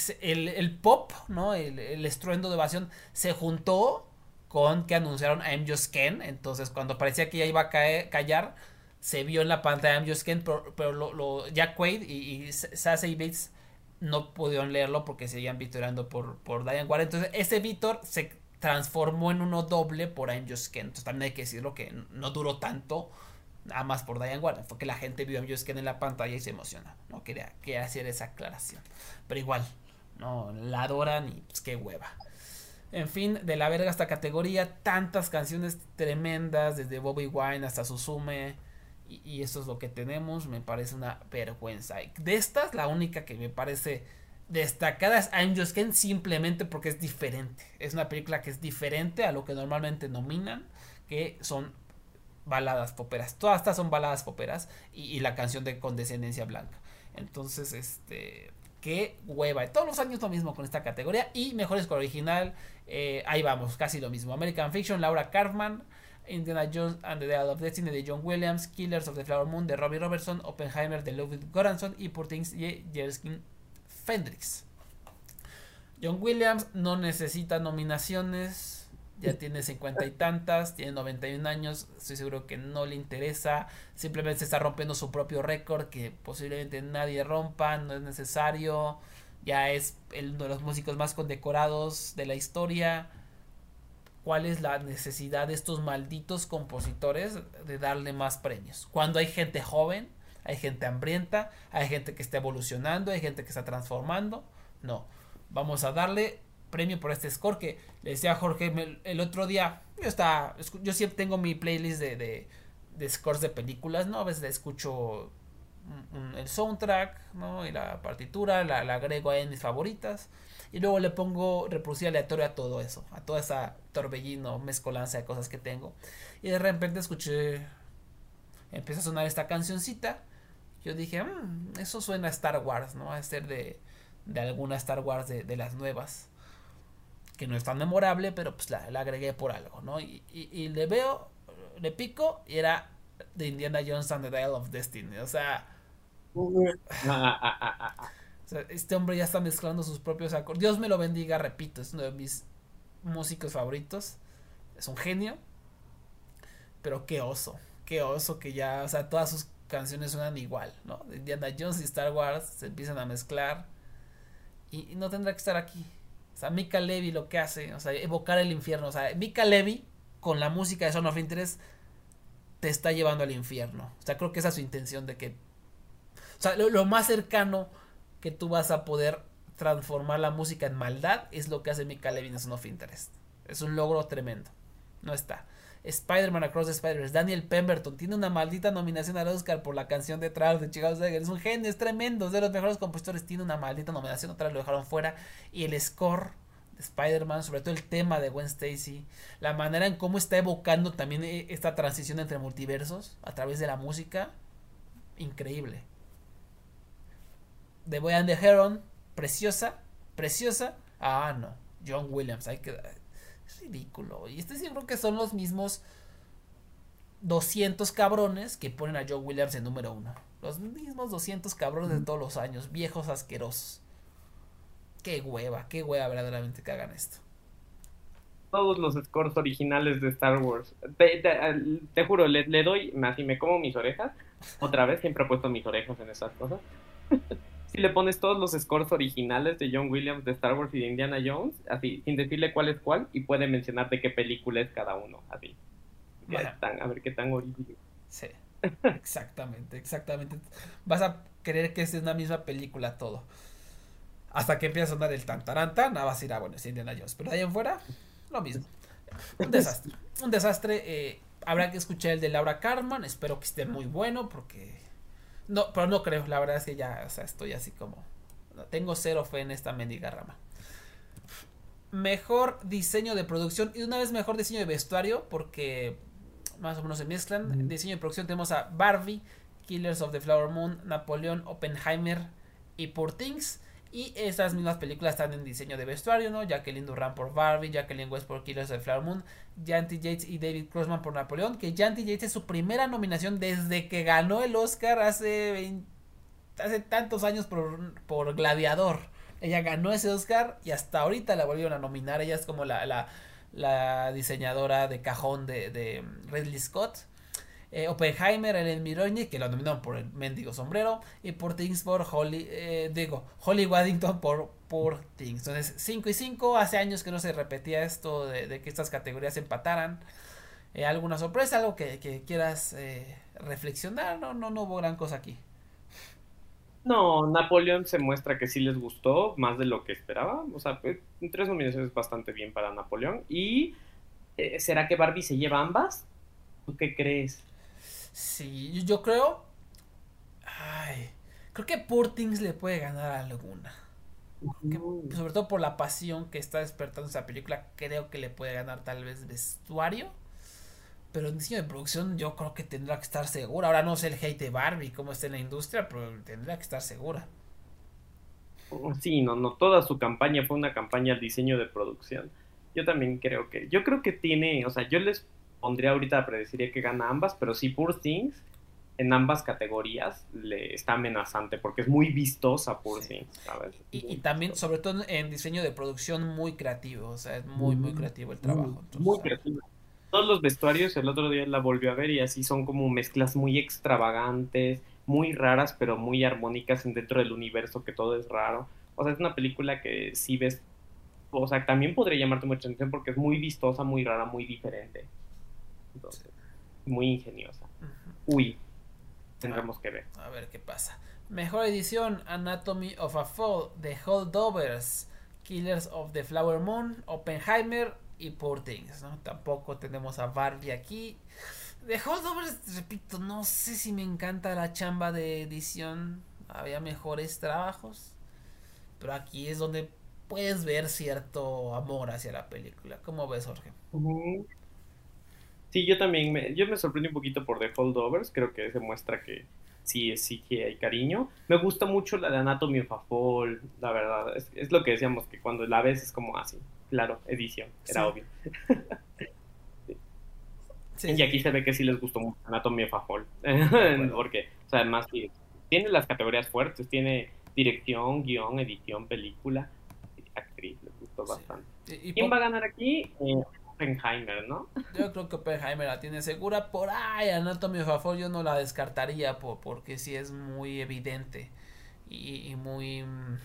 el pop, ¿no? El estruendo de ovación se juntó con que anunciaron a I'm Just Ken. Entonces, cuando parecía que ya iba a callar, se vio en la pantalla I'm Just Ken, pero Jack Quaid y Sassy Bates no pudieron leerlo porque seguían vitorando por Diane Warren. Entonces ese Vitor se transformó en uno doble por I'm Just Ken. Entonces también hay que decirlo que no duró tanto nada más por Diane Warren, fue que la gente vio a I'm Just Ken en la pantalla y se emociona, no quería hacer esa aclaración, pero igual no la adoran y pues qué hueva. En fin, de la verga esta categoría, tantas canciones tremendas desde Bobby Wine hasta Suzume. Y eso es lo que tenemos, me parece una vergüenza. De estas, la única que me parece destacada es I'm Just Ken, simplemente porque es diferente. Es una película que es diferente a lo que normalmente nominan, que son baladas poperas. Todas estas son baladas poperas y la canción de Condescendencia Blanca. Entonces, qué hueva. Todos los años lo mismo con esta categoría. Y mejor score original, ahí vamos, casi lo mismo. American Fiction, Laura Kaufman. Indiana Jones and the Dial of Destiny de John Williams, Killers of the Flower Moon de Robbie Robertson, Oppenheimer de Ludwig Göransson y Poor Things de Jerskin Fendrix. John Williams no necesita nominaciones, ya tiene 50 y tantas, tiene 91 años, estoy seguro que no le interesa, simplemente se está rompiendo su propio récord que posiblemente nadie rompa, no es necesario, ya es uno de los músicos más condecorados de la historia. ¿Cuál es la necesidad de estos malditos compositores de darle más premios? Cuando hay gente joven, hay gente hambrienta, hay gente que está evolucionando, hay gente que está transformando. No, vamos a darle premio por este score que le decía a Jorge el otro día. Yo siempre tengo mi playlist de scores de películas, ¿no? A veces escucho el soundtrack, ¿no? Y la partitura, la agrego ahí en mis favoritas. Y luego le pongo reproducir aleatorio a todo eso, a toda esa torbellino, mezcolanza de cosas que tengo. Y de repente empieza a sonar esta cancioncita. Yo dije, eso suena a Star Wars, ¿no? A ser de alguna Star Wars de las nuevas. Que no es tan memorable, pero pues la agregué por algo, ¿no? Y le pico y era de Indiana Jones and the Dial of Destiny. O sea, este hombre ya está mezclando sus propios acordes. Dios me lo bendiga, repito, es uno de mis músicos favoritos. Es un genio. Pero qué oso que ya, o sea, todas sus canciones suenan igual, ¿no? De Indiana Jones y Star Wars se empiezan a mezclar. Y no tendrá que estar aquí. O sea, Mika Levy lo que hace, o sea, evocar el infierno. O sea, Mika Levy con la música de Zone of Interest te está llevando al infierno. O sea, creo que esa es su intención de que... O sea, lo más cercano que tú vas a poder transformar la música en maldad es lo que hace Mika Levy en Zone of Interest. Es un logro tremendo. No está. Spider-Man Across the Spider-Verse, Daniel Pemberton tiene una maldita nominación al Oscar por la canción de Trials de Chicago Seger. Es un genio, es tremendo, es de los mejores compositores. Tiene una maldita nominación, otra vez lo dejaron fuera. Y el score de Spider-Man, sobre todo el tema de Gwen Stacy, la manera en cómo está evocando también esta transición entre multiversos a través de la música, increíble. The Boy and the Heron, preciosa. No, John Williams, hay que... Es ridículo. Y estoy seguro que son los mismos 200 cabrones que ponen a John Williams en número 1. Los mismos 200 cabrones de todos los años. Viejos asquerosos. Qué hueva verdaderamente que hagan esto. Todos los scores originales de Star Wars. Te juro, le doy, así me como mis orejas. Otra vez, siempre he puesto mis orejas en esas cosas. Si le pones todos los scores originales de John Williams de Star Wars y de Indiana Jones, así, sin decirle cuál es cuál, y puede mencionar de qué película es cada uno, así. Bueno. A ver qué tan original. Sí, exactamente. Vas a creer que es una misma película todo. Hasta que empieza a sonar el tan tarantán, vas a decir, bueno, es Indiana Jones. Pero de ahí en fuera, lo mismo. Un desastre. Habrá que escuchar el de Laura Karman. Espero que esté muy bueno porque... No, pero no creo, la verdad es que ya, o sea, estoy así como... No, tengo cero fe en esta mendiga rama. Mejor diseño de producción y de una vez mejor diseño de vestuario porque más o menos se mezclan. Diseño de producción tenemos a Barbie, Killers of the Flower Moon, Napoleón, Oppenheimer y Poor Things. Y esas mismas películas están en diseño de vestuario, ¿no? Jacqueline Durran por Barbie, Jacqueline West por Killers of the Flower Moon, Janty Yates y David Crossman por Napoleón. Que Janty Yates es su primera nominación desde que ganó el Oscar hace tantos años por Gladiador. Ella ganó ese Oscar y hasta ahorita la volvieron a nominar. Ella es como la diseñadora de cajón de Ridley Scott. Oppenheimer, Ellen Mironi, que la nominaron por el mendigo sombrero, y por Things por Holly Waddington por Things. Entonces 5 y 5, hace años que no se repetía esto de que estas categorías empataran. ¿Alguna sorpresa? ¿Algo que quieras reflexionar? No hubo gran cosa aquí. No, Napoleón se muestra que sí les gustó más de lo que esperaba. O sea, 3 nominaciones bastante bien para Napoleón. Y ¿será que Barbie se lleva ambas? ¿Tú qué crees? Sí, yo creo... creo que Poor Things le puede ganar a alguna. Sobre todo por la pasión que está despertando esa película, creo que le puede ganar tal vez vestuario. Pero en diseño de producción yo creo que tendrá que estar segura. Ahora no sé el hate de Barbie, cómo está en la industria, pero tendrá que estar segura. Sí, no, toda su campaña fue una campaña al diseño de producción. Yo también creo que tiene, o sea, yo les pondría ahorita, predeciría que gana ambas, pero sí Poor Things en ambas categorías le está amenazante porque es muy vistosa Poor Things, ¿sabes? Y también, sobre todo en diseño de producción, muy creativo, o sea, es muy creativo el trabajo. Entonces, muy creativo. Todos los vestuarios, el otro día la volvió a ver y así son como mezclas muy extravagantes, muy raras, pero muy armónicas dentro del universo, que todo es raro. O sea, es una película que si ves, o sea, también podría llamarte mucha atención porque es muy vistosa, muy rara, muy diferente. Entonces, muy ingeniosa. Uy. tendremos que ver. A ver qué pasa. Mejor edición: Anatomy of a Fall, The Holdovers, Killers of the Flower Moon, Oppenheimer y Poor Things, ¿no? Tampoco tenemos a Barbie aquí. The Holdovers, repito, no sé si me encanta la chamba de edición. Había mejores trabajos, pero aquí es donde puedes ver cierto amor hacia la película. ¿Cómo ves, Jorge? Sí, yo también yo me sorprendí un poquito por The Holdovers. Creo que se muestra que sí que hay cariño. Me gusta mucho la de Anatomy of a Fall, la verdad. Es lo que decíamos, que cuando la ves es como así. Claro, edición, era obvio. Sí. Y aquí se ve que sí les gustó mucho Anatomy of a Fall. Porque, o sea, además tiene las categorías fuertes. Tiene dirección, guión, edición, película, actriz. Les gustó bastante. ¿Quién va a ganar aquí? Oppenheimer, ¿no? Yo creo que Oppenheimer la tiene segura. Por ahí Anatomy of a Fall yo no la descartaría porque sí es muy evidente y muy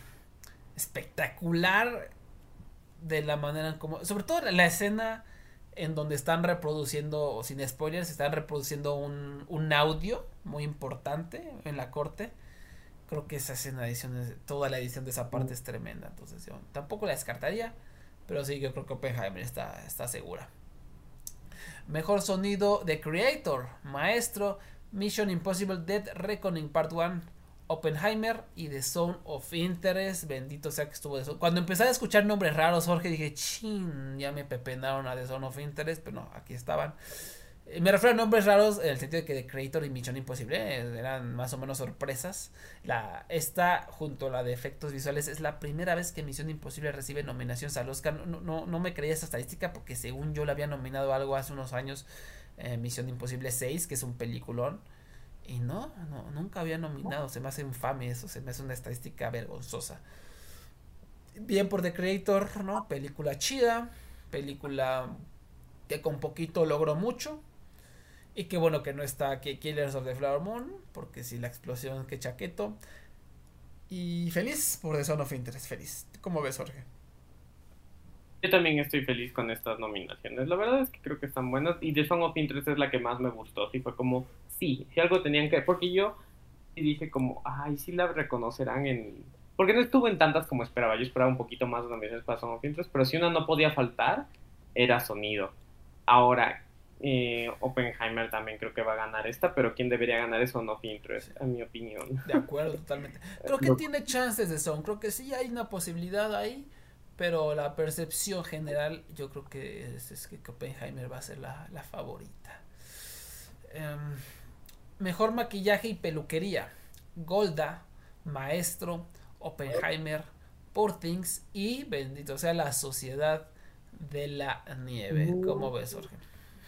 espectacular de la manera en como, sobre todo la escena en donde están reproduciendo, sin spoilers, están reproduciendo un audio muy importante en la corte. Creo que esa escena de edición, toda la edición de esa parte es tremenda. Entonces yo tampoco la descartaría, pero sí, yo creo que Oppenheimer está segura. Mejor sonido: The Creator, Maestro, Mission Impossible Dead Reckoning Part 1, Oppenheimer y The Zone of Interest. Bendito sea que estuvo eso. Cuando empecé a escuchar nombres raros, Jorge, dije, chin, ya me pepenaron a The Zone of Interest, pero no, aquí estaban. Me refiero a nombres raros en el sentido de que The Creator y Mission Impossible eran más o menos sorpresas. Esta, junto a la de efectos visuales, es la primera vez que Misión Imposible recibe nominaciones al Oscar. No me creía esa estadística porque según yo le había nominado algo hace unos años, Misión Imposible 6, que es un peliculón. Y nunca había nominado. Se me hace infame eso, se me hace una estadística vergonzosa. Bien por The Creator, ¿no? Película chida, película que con poquito logró mucho. Y qué bueno que no está aquí Killers of the Flower Moon, porque si la explosión, qué chaqueto. Y feliz por The Zone of Interest, feliz. ¿Cómo ves, Jorge? Yo también estoy feliz con estas nominaciones. La verdad es que creo que están buenas. Y The Zone of Interest es la que más me gustó. Sí, fue como, si algo tenían que... Porque yo dije como, ay, sí la reconocerán en... Porque no estuvo en tantas como esperaba. Yo esperaba un poquito más de nominaciones para Zone of Interest. Pero si una no podía faltar, era sonido. Ahora, Oppenheimer también creo que va a ganar esta, pero quien debería ganar es Zone of Interest, en mi opinión. De acuerdo, totalmente. Creo que tiene chances de Zone, creo que sí hay una posibilidad ahí, pero la percepción general yo creo que es que Oppenheimer va a ser la favorita. Mejor maquillaje y peluquería: Golda, Maestro, Oppenheimer, Poor Things y, bendito sea, La Sociedad de la Nieve. ¿Cómo ves, Jorge?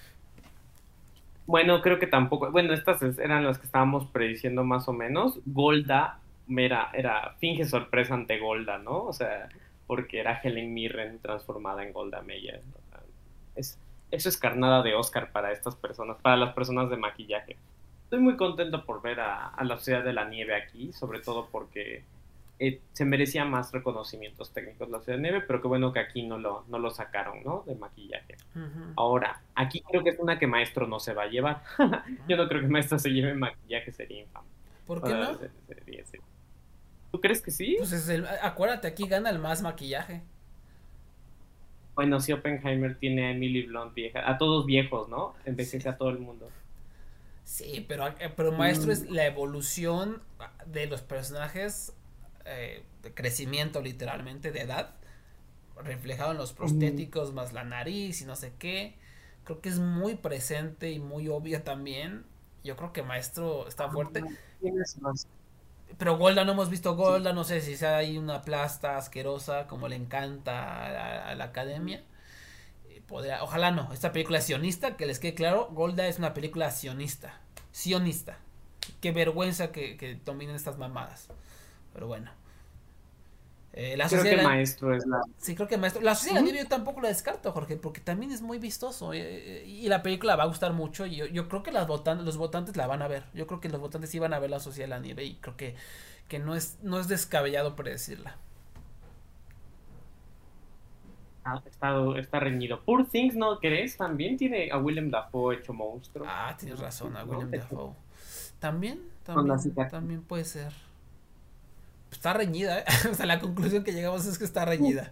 Bueno, creo que tampoco. Bueno, estas eran las que estábamos prediciendo más o menos. Golda era finge sorpresa ante Golda, ¿no? O sea, porque era Helen Mirren transformada en Golda Meir. Eso es carnada de Oscar para estas personas, para las personas de maquillaje. Estoy muy contento por ver a La Sociedad de la Nieve aquí, sobre todo porque se merecía más reconocimientos técnicos La Sociedad de la Nieve, pero qué bueno que aquí no lo sacaron, ¿no? De maquillaje. Ahora, aquí creo que es una que Maestro no se va a llevar. Yo no creo que Maestro se lleve maquillaje, sería infame. ¿Por qué no? ¿Tú crees que sí? Pues acuérdate, aquí gana el más maquillaje. Bueno, sí, Oppenheimer tiene a Emily Blunt vieja, a todos viejos, ¿no? Envejece a todo el mundo. Sí, pero Maestro es la evolución de los personajes, de crecimiento literalmente, de edad, reflejado en los prostéticos, más la nariz y no sé qué. Creo que es muy presente y muy obvia también. Yo creo que Maestro está fuerte. Pero Golda, no hemos visto Golda, sí. No sé si sea ahí una plasta asquerosa como le encanta a la academia. Ojalá no. Esta película es sionista, que les quede claro. Golda es una película sionista. Qué vergüenza que dominen estas mamadas. Pero bueno. Creo que Maestro es la... Sí, creo que Maestro. La Sociedad de la Nieve yo tampoco la descarto, Jorge, porque también es muy vistoso. Y la película va a gustar mucho. Y yo creo que los votantes la van a ver. Yo creo que los votantes sí van a ver La Sociedad de la Nieve. Y creo que no es descabellado predecirla. está reñido. Poor Things, ¿no crees? También tiene a Willem Dafoe hecho monstruo. Ah, tienes razón, a ¿no? William Dafoe. También Con la cicatriz. también puede ser. Está reñida, ¿eh? O sea, la conclusión que llegamos es que está reñida.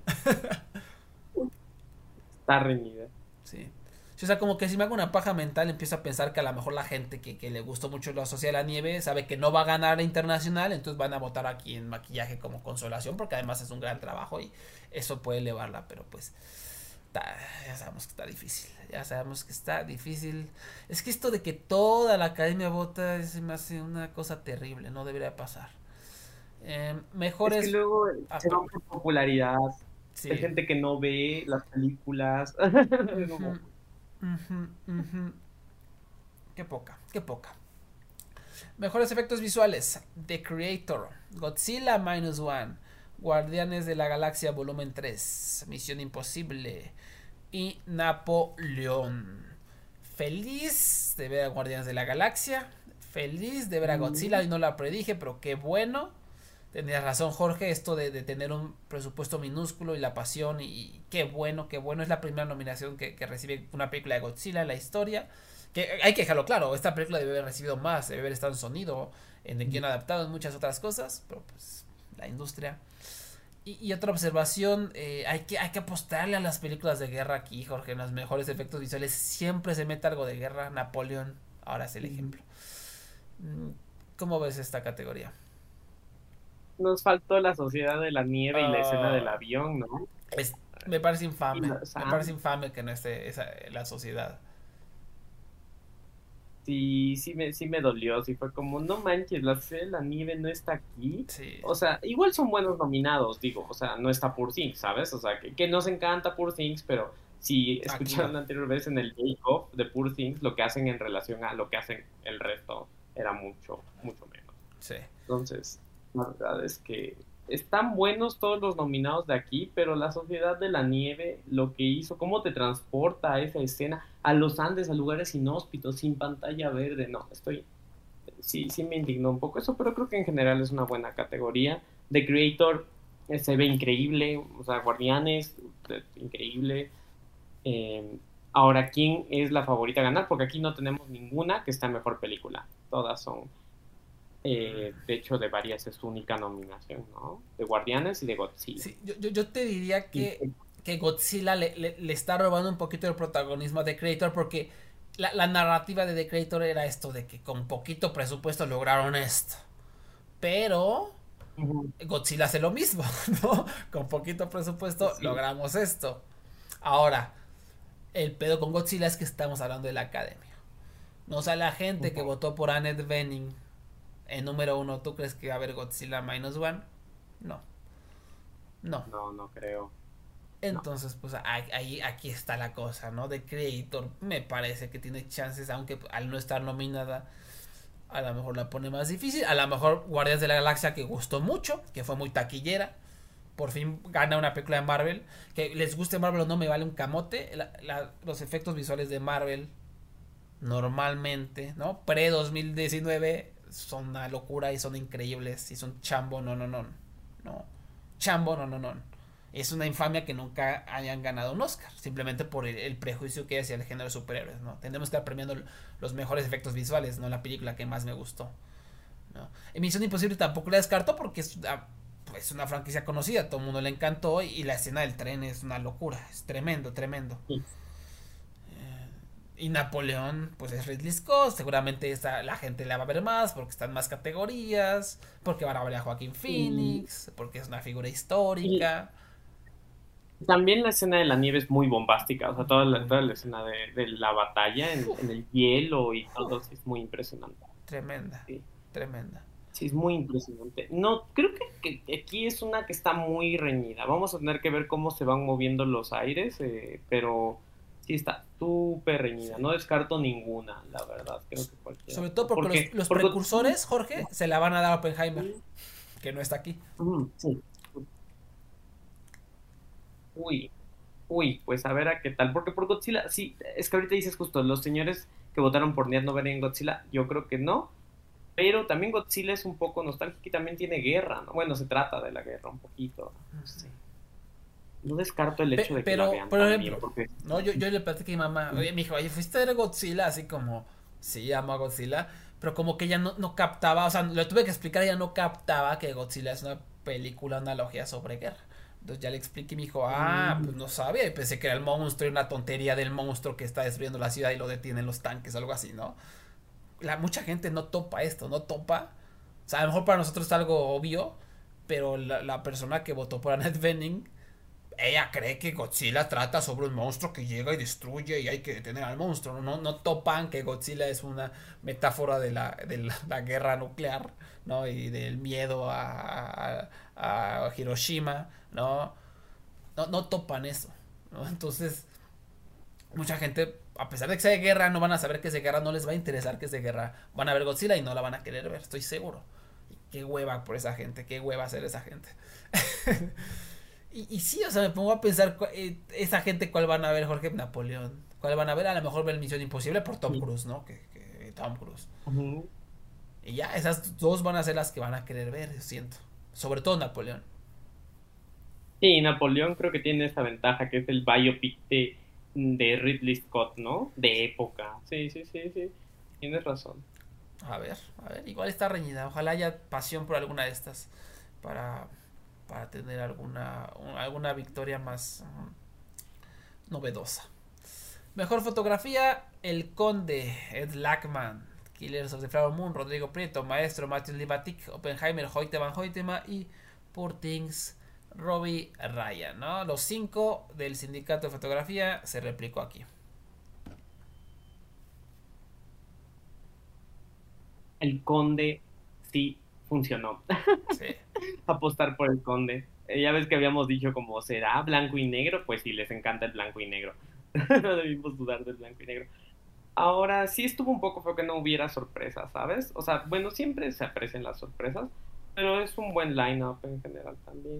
Está reñida. Sí. Sí, o sea, como que si me hago una paja mental, empiezo a pensar que a lo mejor la gente que le gustó mucho la Sociedad de la Nieve sabe que no va a ganar la internacional, entonces van a votar aquí en maquillaje como consolación, porque además es un gran trabajo y eso puede elevarla, pero pues ya sabemos que está difícil. Ya sabemos que está difícil. Es que esto de que toda la academia vota se me hace una cosa terrible, no debería pasar. Mejores. Es que luego se va por popularidad. Sí. Hay gente que no ve las películas. Qué poca. Mejores efectos visuales: The Creator, Godzilla Minus One, Guardianes de la Galaxia Volumen 3, Misión Imposible y Napoleón. Feliz de ver a Guardianes de la Galaxia, feliz de ver a Godzilla, y no la predije, pero qué bueno. Tenías razón, Jorge, esto de tener un presupuesto minúsculo y la pasión, y qué bueno, es la primera nominación que recibe una película de Godzilla en la historia, que hay que dejarlo claro, esta película debe haber recibido más, debe haber estado en sonido, en el guion adaptado, en muchas otras cosas, pero pues la industria. Y otra observación, hay que apostarle a las películas de guerra aquí, Jorge, en los mejores efectos visuales siempre se mete algo de guerra. Napoleón ahora es el ejemplo. ¿Cómo ves esta categoría? Nos faltó la Sociedad de la Nieve y la escena del avión, ¿no? Me parece infame. Me parece infame que no esté la Sociedad. Sí me dolió. Sí fue como, no manches, la Sociedad de la Nieve no está aquí. Sí. O sea, igual son buenos nominados, digo. O sea, no está Poor Things, ¿sabes? O sea, que nos encanta Poor Things, pero si escucharon la anterior vez en el Bake Off de Poor Things, lo que hacen en relación a lo que hacen el resto era mucho menos. Sí. Entonces, la verdad es que están buenos todos los nominados de aquí, pero la Sociedad de la Nieve, lo que hizo, cómo te transporta a esa escena, a los Andes, a lugares inhóspitos, sin pantalla verde, no, sí me indignó un poco eso, pero creo que en general es una buena categoría. The Creator se ve increíble, o sea, Guardianes, increíble. Ahora, ¿quién es la favorita a ganar? Porque aquí no tenemos ninguna que esté en mejor película, todas son... de hecho, de varias es su única nominación, ¿no? De Guardianes y de Godzilla. Sí, yo te diría que Godzilla le está robando un poquito el protagonismo a The Creator, porque la narrativa de The Creator era esto de que con poquito presupuesto lograron esto. Pero Godzilla hace lo mismo, ¿no? Con poquito presupuesto logramos esto. Ahora, el pedo con Godzilla es que estamos hablando de la academia. No, o sea, la gente que votó por Annette Bening en número 1, ¿tú crees que va a haber Godzilla Minus One? No creo. Entonces, pues aquí está la cosa, ¿no? The Creator me parece que tiene chances, aunque al no estar nominada, a lo mejor la pone más difícil. A lo mejor Guardianes de la Galaxia, que gustó mucho, que fue muy taquillera, por fin gana una película de Marvel. Que les guste Marvel o no, me vale un camote. Los efectos visuales de Marvel normalmente, ¿no? Pre-2019 son una locura y son increíbles y son chambo, no. Chambo, no. Es una infamia que nunca hayan ganado un Oscar, simplemente por el prejuicio que hay hacia el género de superhéroes, ¿no? Tendremos que estar premiando los mejores efectos visuales, no la película que más me gustó, ¿no? Misión Imposible tampoco la descarto porque es una franquicia conocida, todo el mundo le encantó, y la escena del tren es una locura, es tremendo. Sí. Y Napoleón, pues es Ridley Scott, seguramente la gente la va a ver más porque están más categorías, porque van a ver a Joaquín Phoenix, porque es una figura histórica. También la escena de la nieve es muy bombástica, o sea, toda la escena de la batalla en el hielo y todo, es muy impresionante. Tremenda. Sí, es muy impresionante. No, creo que aquí es una que está muy reñida. Vamos a tener que ver cómo se van moviendo los aires, pero sí está súper reñida. No descarto ninguna, la verdad. Creo que cualquiera. Sobre todo porque los precursores, Jorge, se la van a dar a Oppenheimer, que no está aquí. Sí. Uy, pues a ver a qué tal. Porque por Godzilla, sí, es que ahorita dices justo, los señores que votaron por Niad no verían Godzilla. Yo creo que no. Pero también Godzilla es un poco nostálgico y también tiene guerra, ¿no? Bueno, se trata de la guerra un poquito. No sé. no descarto el hecho de que la vean por también, ejemplo, porque... no, yo le platiqué a mi mamá, oye, me dijo, oye, ¿fuiste a ver Godzilla? Así como, sí, amo a Godzilla, pero como que ella no captaba, o sea, le tuve que explicar, ella no captaba que Godzilla es una película, analogía sobre guerra. Entonces ya le expliqué y me dijo, pues no sabía, y pensé que era el monstruo y una tontería del monstruo que está destruyendo la ciudad y lo detienen los tanques, algo así, ¿no? Mucha gente no topa esto, no topa. O sea, a lo mejor para nosotros es algo obvio, pero la persona que votó por Annette Bening, ella cree que Godzilla trata sobre un monstruo que llega y destruye y hay que detener al monstruo. No topan que Godzilla es una metáfora de la guerra nuclear, ¿no? Y del miedo a Hiroshima, ¿no? No topan eso, ¿no? Entonces, mucha gente, a pesar de que sea de guerra, no van a saber que es de guerra, no les va a interesar que es de guerra. Van a ver Godzilla y no la van a querer ver, estoy seguro. Y qué hueva por esa gente, qué hueva ser esa gente. Y sí, o sea, me pongo a pensar, esa gente, ¿cuál van a ver? Jorge, Napoleón. ¿Cuál van a ver? A lo mejor ver Misión Imposible por Tom Cruise, ¿no? Que Tom Cruise. Y ya, esas dos van a ser las que van a querer ver, yo siento. Sobre todo Napoleón. Sí, Napoleón creo que tiene esa ventaja, que es el biopic de Ridley Scott, ¿no? De época. Sí. Tienes razón. A ver, igual está reñida. Ojalá haya pasión por alguna de estas para tener alguna victoria más novedosa. Mejor fotografía, El Conde, Ed Lachman, Killers of the Flower Moon, Rodrigo Prieto, Maestro, Matthew Libatic, Oppenheimer, Hoyte van Hoytema y Poor Things, Robbie Ryan, ¿no? Los 5 del sindicato de fotografía se replicó aquí. El Conde sí funcionó. Sí. Apostar por El Conde. Ya ves que habíamos dicho como, ¿será blanco y negro? Pues sí, les encanta el blanco y negro. No debimos dudar del blanco y negro. Ahora, sí estuvo un poco feo que no hubiera sorpresas, ¿sabes? O sea, bueno, siempre se aprecian las sorpresas, pero es un buen line-up en general también.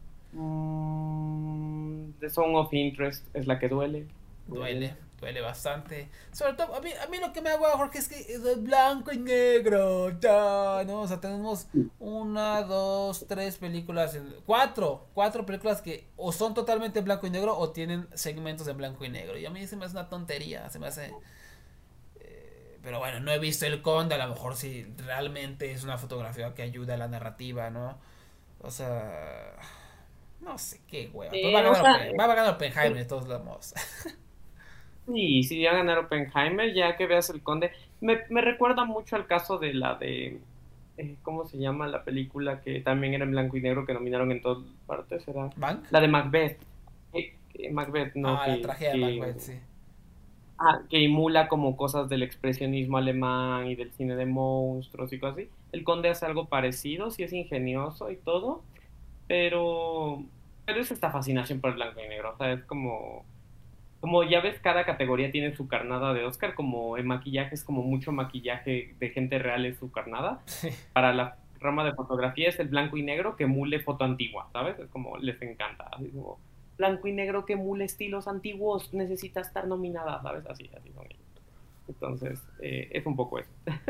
The Zone of Interest es la que duele. Duele bastante. Sobre todo, a mí lo que me hago, Jorge, es que es de blanco y negro. ¿No? O sea, tenemos 1, 2, 3 películas, 4 películas que o son totalmente en blanco y negro o tienen segmentos en blanco y negro. Y a mí se me hace una tontería, se me hace... pero bueno, no he visto El Conde, a lo mejor si realmente es una fotografía que ayuda a la narrativa, ¿no? O sea... no sé, qué hueva. Va a ganar Oppenheimer de todos los modos. Sí, si va a ganar Oppenheimer, ya que veas El Conde. Me recuerda mucho al caso de ¿cómo se llama la película que también era en blanco y negro que nominaron en todas partes? ¿Era? ¿Bank? La de Macbeth. Macbeth, no. La tragedia de Macbeth, sí. Que emula como cosas del expresionismo alemán y del cine de monstruos y cosas así. El Conde hace algo parecido, sí es ingenioso y todo, pero es esta fascinación por el blanco y negro. O sea, es como ya ves, cada categoría tiene su carnada de Oscar, como en maquillaje es como mucho maquillaje de gente real en su carnada. Sí. Para la rama de fotografía es el blanco y negro que emule foto antigua, ¿sabes? Es como, les encanta, así como, blanco y negro que emule estilos antiguos, necesita estar nominada, ¿sabes? Así son ellos. Entonces, es un poco eso.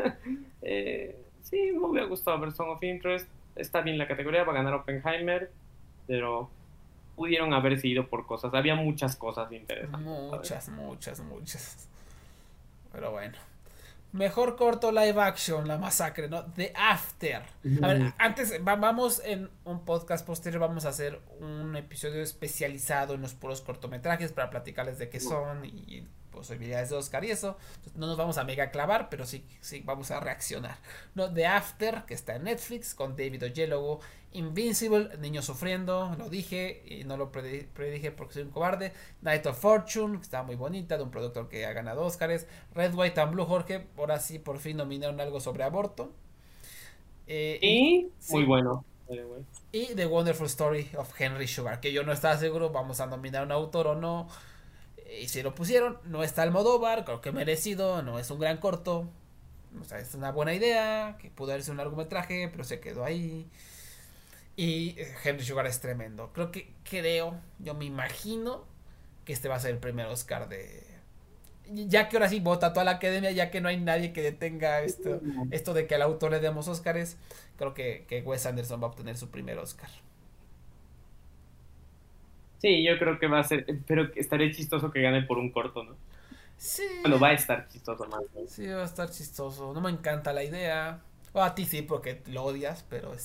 Sí, me hubiera gustado ver Zone of Interest, está bien la categoría, va a ganar Oppenheimer, pero... pudieron haberse ido por cosas. Había muchas cosas interesantes. Muchas. Pero bueno. Mejor corto live action, La Masacre, ¿no? The After. A ver, antes, vamos en un podcast posterior, vamos a hacer un episodio especializado en los puros cortometrajes para platicarles de qué son y posibilidades de Oscar y eso. Entonces, no nos vamos a mega clavar, pero sí vamos a reaccionar, ¿no? The After, que está en Netflix, con David Oyelowo. Invincible, Niños Sufriendo, lo dije y no lo predije porque soy un cobarde. Night of Fortune, que está muy bonita, de un productor que ha ganado Oscars. Red, White and Blue, Jorge, ahora sí por fin nominaron algo sobre aborto. Sí. Muy bueno. Y The Wonderful Story of Henry Sugar, que yo no estaba seguro, vamos a nominar a un autor o no. Y si lo pusieron, no está Almodóvar, creo que merecido, no es un gran corto. O sea, es una buena idea, que pudo haber sido un largometraje, pero se quedó ahí. Y Henry Sugar es tremendo. Yo me imagino que este va a ser el primer Oscar de... ya que ahora sí vota toda la academia, ya que no hay nadie que detenga esto de que al autor le demos Oscars, creo que Wes Anderson va a obtener su primer Oscar. Sí, yo creo que va a ser, pero estaría chistoso que gane por un corto, ¿no? Sí. Bueno, va a estar chistoso más, ¿no? Sí, va a estar chistoso. No me encanta la idea. O a ti sí, porque lo odias, pero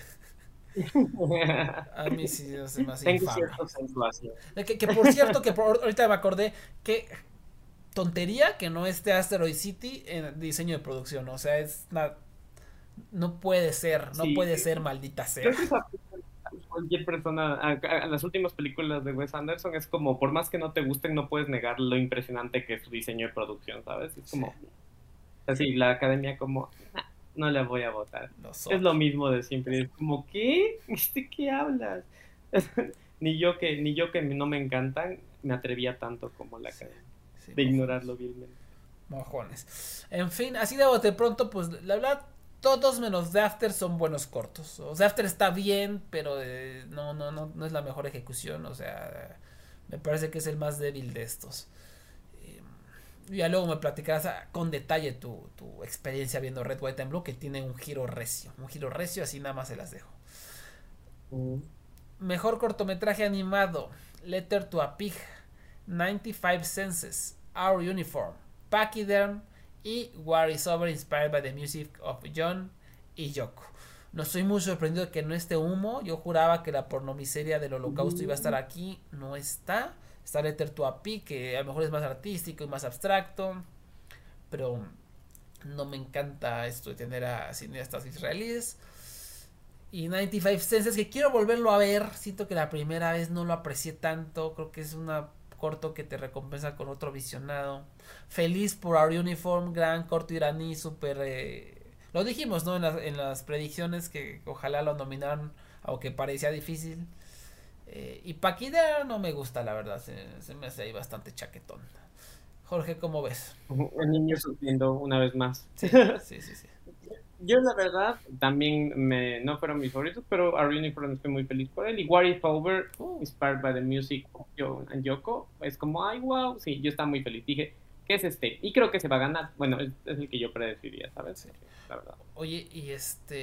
a mí sí se me hace Tengo infame. cierto sensuación. Que por cierto, ahorita me acordé que tontería que no esté Asteroid City en diseño de producción. O sea, no puede ser, no Sí, puede ser, maldita sea. creo que esa cualquier persona, a las últimas películas de Wes Anderson es como, por más que no te gusten, no puedes negar lo impresionante que es su diseño de producción, ¿sabes? Es como, así, la academia como, "Nah, no la voy a votar". Es lo mismo de siempre, es como, ¿qué? ¿De qué hablas? Ni yo que no me encantan, me atrevía tanto como la academia, Sí, de ignorarlo vilmente. mojones. En fin, así de bote pronto, pues la verdad, todos menos The After son buenos cortos. O sea, After está bien, pero no es la mejor ejecución. O sea, me parece que es el más débil de estos. Ya luego me platicarás con detalle tu experiencia viendo Red, White and Blue, que tiene un giro recio. Un giro recio, así nada más se las dejo. Mejor cortometraje animado: Letter to a Pig, 95 Senses, Our Uniform, Pachyderm y What is Over, Inspired by the Music of John y Yoko. No estoy muy sorprendido de que no esté Humo. Yo juraba que la pornomiseria del Holocausto iba a estar aquí. No está. Está Letter to a Pig, que a lo mejor es más artístico y más abstracto, pero no me encanta esto de tener a cineastas israelíes. Y 95 Senses, que quiero volverlo a ver. Siento que la primera vez no lo aprecié tanto. Creo que es una corto que te recompensa con otro visionado. Feliz por Our Uniform, gran corto iraní, súper... lo dijimos, ¿no? En las predicciones, que ojalá lo nominaran, aunque parecía difícil. Y Paquida no me gusta, la verdad. Se me hace ahí bastante chaquetón. Jorge, ¿cómo ves? El niño sufriendo una vez más. Sí, sí, sí, sí. Yo la verdad también no fueron mis favoritos, pero Our Uniform estoy muy feliz por él. Y What If Over, Inspired by the Music of John and Yoko, es como, ay, wow, sí, yo estaba muy feliz. Dije, ¿qué es este? Y creo que se va a ganar. Bueno, es el que yo predeciría, ¿sabes? Sí. La verdad. Oye, y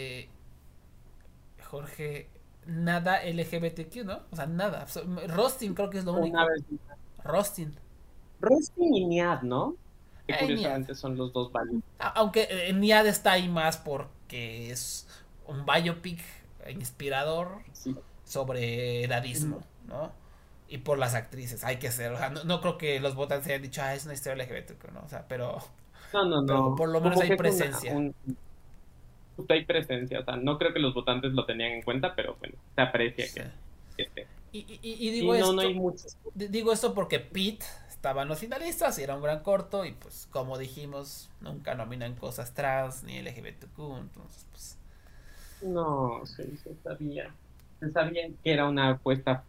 Jorge, nada LGBTQ, ¿no? O sea, nada. Rostin creo que es lo único. Rostin y Niad, ¿no? Que curiosamente son los dos valios. Aunque Niad está ahí más porque es un biopic inspirador sobre edadismo, ¿no? Y por las actrices, hay que ser. O sea, no creo que los votantes hayan dicho, es una historia LGBTQ, ¿no? O sea, pero... No. Pero por lo menos hay presencia. Hay presencia, o sea, no creo que los votantes lo tenían en cuenta, pero bueno, se aprecia que esté. Y digo digo esto porque Pete estaba en los finalistas y era un gran corto, y pues como dijimos, nunca nominan cosas trans ni LGBTQ, entonces pues... No, sí, se sabía que era una apuesta.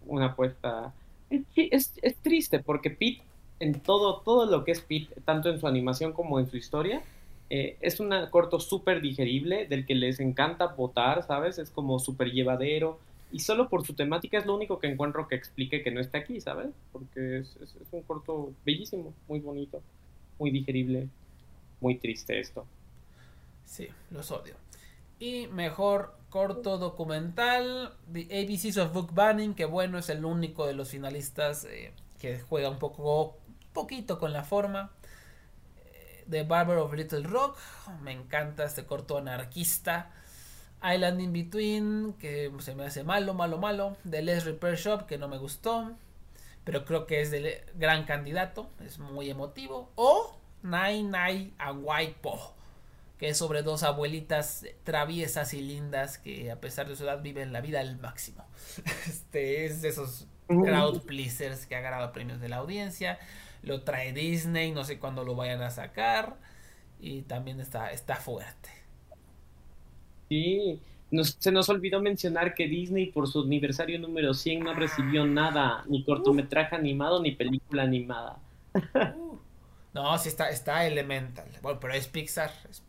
Es triste porque Pete, en todo lo que es Pete, tanto en su animación como en su historia, es un corto súper digerible, del que les encanta votar, ¿sabes? Es como súper llevadero, y solo por su temática es lo único que encuentro que explique que no esté aquí, ¿sabes? Porque es un corto bellísimo, muy bonito, muy digerible, muy triste esto. Sí, los odio. Y mejor corto documental, The ABCs of Book Banning, que bueno, es el único de los finalistas que juega un poquito con la forma. The Barber of Little Rock, me encanta este corto anarquista. Island in Between, que se me hace malo. The Last Repair Shop, que no me gustó, pero creo que es el gran candidato, es muy emotivo. O Nai and Waipo, que es sobre dos abuelitas traviesas y lindas que a pesar de su edad viven la vida al máximo. Es de esos crowd pleasers que ha ganado premios de la audiencia. Lo trae Disney, no sé cuándo lo vayan a sacar, y también está fuerte. Sí, se nos olvidó mencionar que Disney por su aniversario número 100 no recibió nada, ni cortometraje animado ni película animada. No, sí está Elemental. Bueno, pero es Pixar.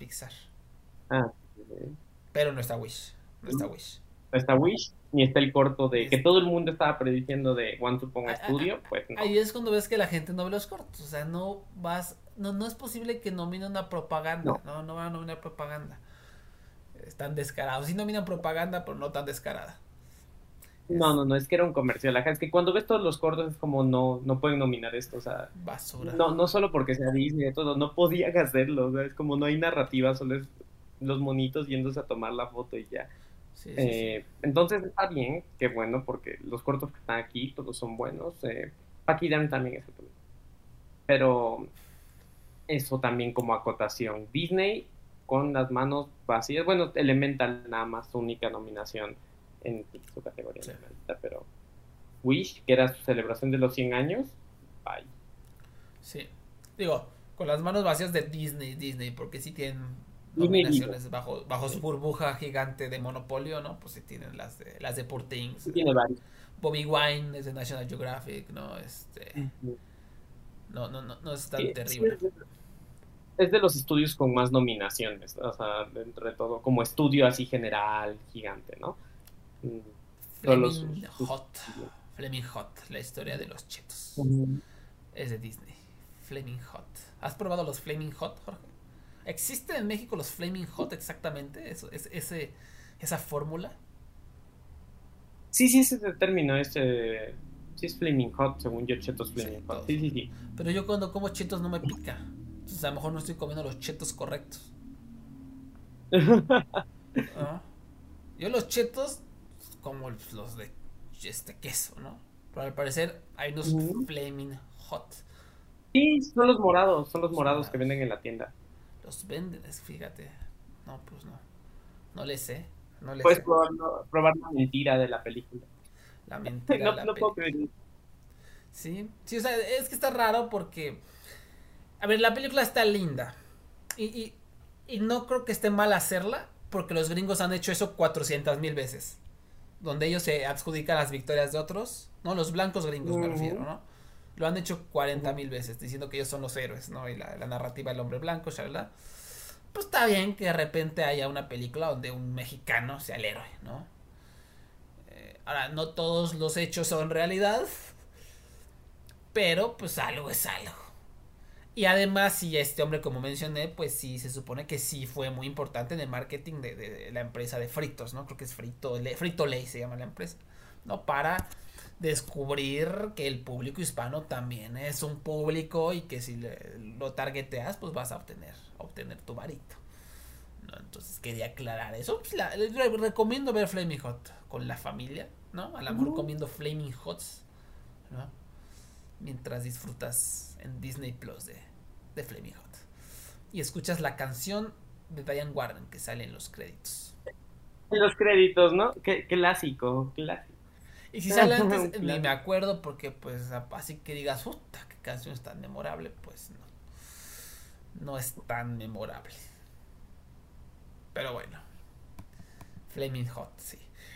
Pero no está Wish. No está Wish, ni está el corto que todo el mundo estaba prediciendo de Once Upon a Studio, pues no. Ahí es cuando ves que la gente no ve los cortos. O sea, no es posible que nomine una propaganda. No van a nominar propaganda. Están descarados. Sí nominan propaganda, pero no tan descarada. No, es que era un comercial. Ajá, es que cuando ves todos los cortos es como no pueden nominar esto, o sea, Basura. no solo porque sea Disney y todo, no podían hacerlo, o sea, es como no hay narrativa, solo es los monitos yéndose a tomar la foto y ya. Sí. Entonces está bien, qué bueno, porque los cortos que están aquí todos son buenos. Packy Dan también es otro. Pero eso también como acotación. Disney con las manos vacías. Bueno, Elemental nada más su única nominación en su categoría. Sí. Elemental, pero Wish, que era su celebración de los 100 años, bye. Sí. Digo, con las manos vacías de Disney, porque sí tienen Disney nominaciones bajo su burbuja gigante de monopolio, ¿no? Pues sí tienen las de Poor Things. Sí tiene varios. Bobby Wine es de National Geographic, ¿no? No es tan Sí, terrible. sí, es de los estudios con más nominaciones, o sea, dentro de todo, como estudio así general, gigante, ¿no? Flaming Hot, la historia de los chetos. Es de Disney. Flaming Hot. ¿Has probado los Flaming Hot, Jorge? ¿Existen en México los Flaming Hot exactamente? Esa fórmula. Sí, ese término, sí es Flaming Hot, según yo, chetos Flaming Hot. Sí. Pero yo cuando como chetos no me pica. Entonces a lo mejor no estoy comiendo los chetos correctos. ¿No? Yo los chetos como los de queso, ¿no? Pero al parecer hay unos Flaming Hot. Sí, son los morados que venden en la tienda. Los venden, fíjate. No, pues no. No le sé. Puedes probar la mentira de la película. La mentira de la no puedo película. creer. Sí, o sea, es que está raro porque... A ver, la película está linda. Y no creo que esté mal hacerla, porque los gringos han hecho eso 400,000 veces. Donde ellos se adjudican las victorias de otros, ¿no? Los blancos gringos me refiero, ¿no? Lo han hecho 40,000 veces, diciendo que ellos son los héroes, ¿no? Y la narrativa del hombre blanco, shalala. Pues está bien que de repente haya una película donde un mexicano sea el héroe, ¿no? Ahora, no todos los hechos son realidad, pero pues algo es algo. Y además, si este hombre, como mencioné, pues sí, se supone que sí fue muy importante en el marketing de la empresa de fritos, ¿no? Creo que es Frito-Lay se llama la empresa, ¿no? Para descubrir que el público hispano también es un público y que si lo targeteas, pues vas a obtener tu varito, ¿no? Entonces quería aclarar eso. Pues les recomiendo ver Flaming Hot con la familia, ¿no? A lo mejor comiendo Flaming Hots, ¿no? Mientras disfrutas en Disney Plus de Flaming Hot. Y escuchas la canción de Diane Warren que sale en los créditos. En los créditos, ¿no? Qué clásico. Y si sale antes, ni me acuerdo porque pues así que digas, puta, qué canción es tan memorable, pues no es tan memorable. Pero bueno. Flaming Hot, sí.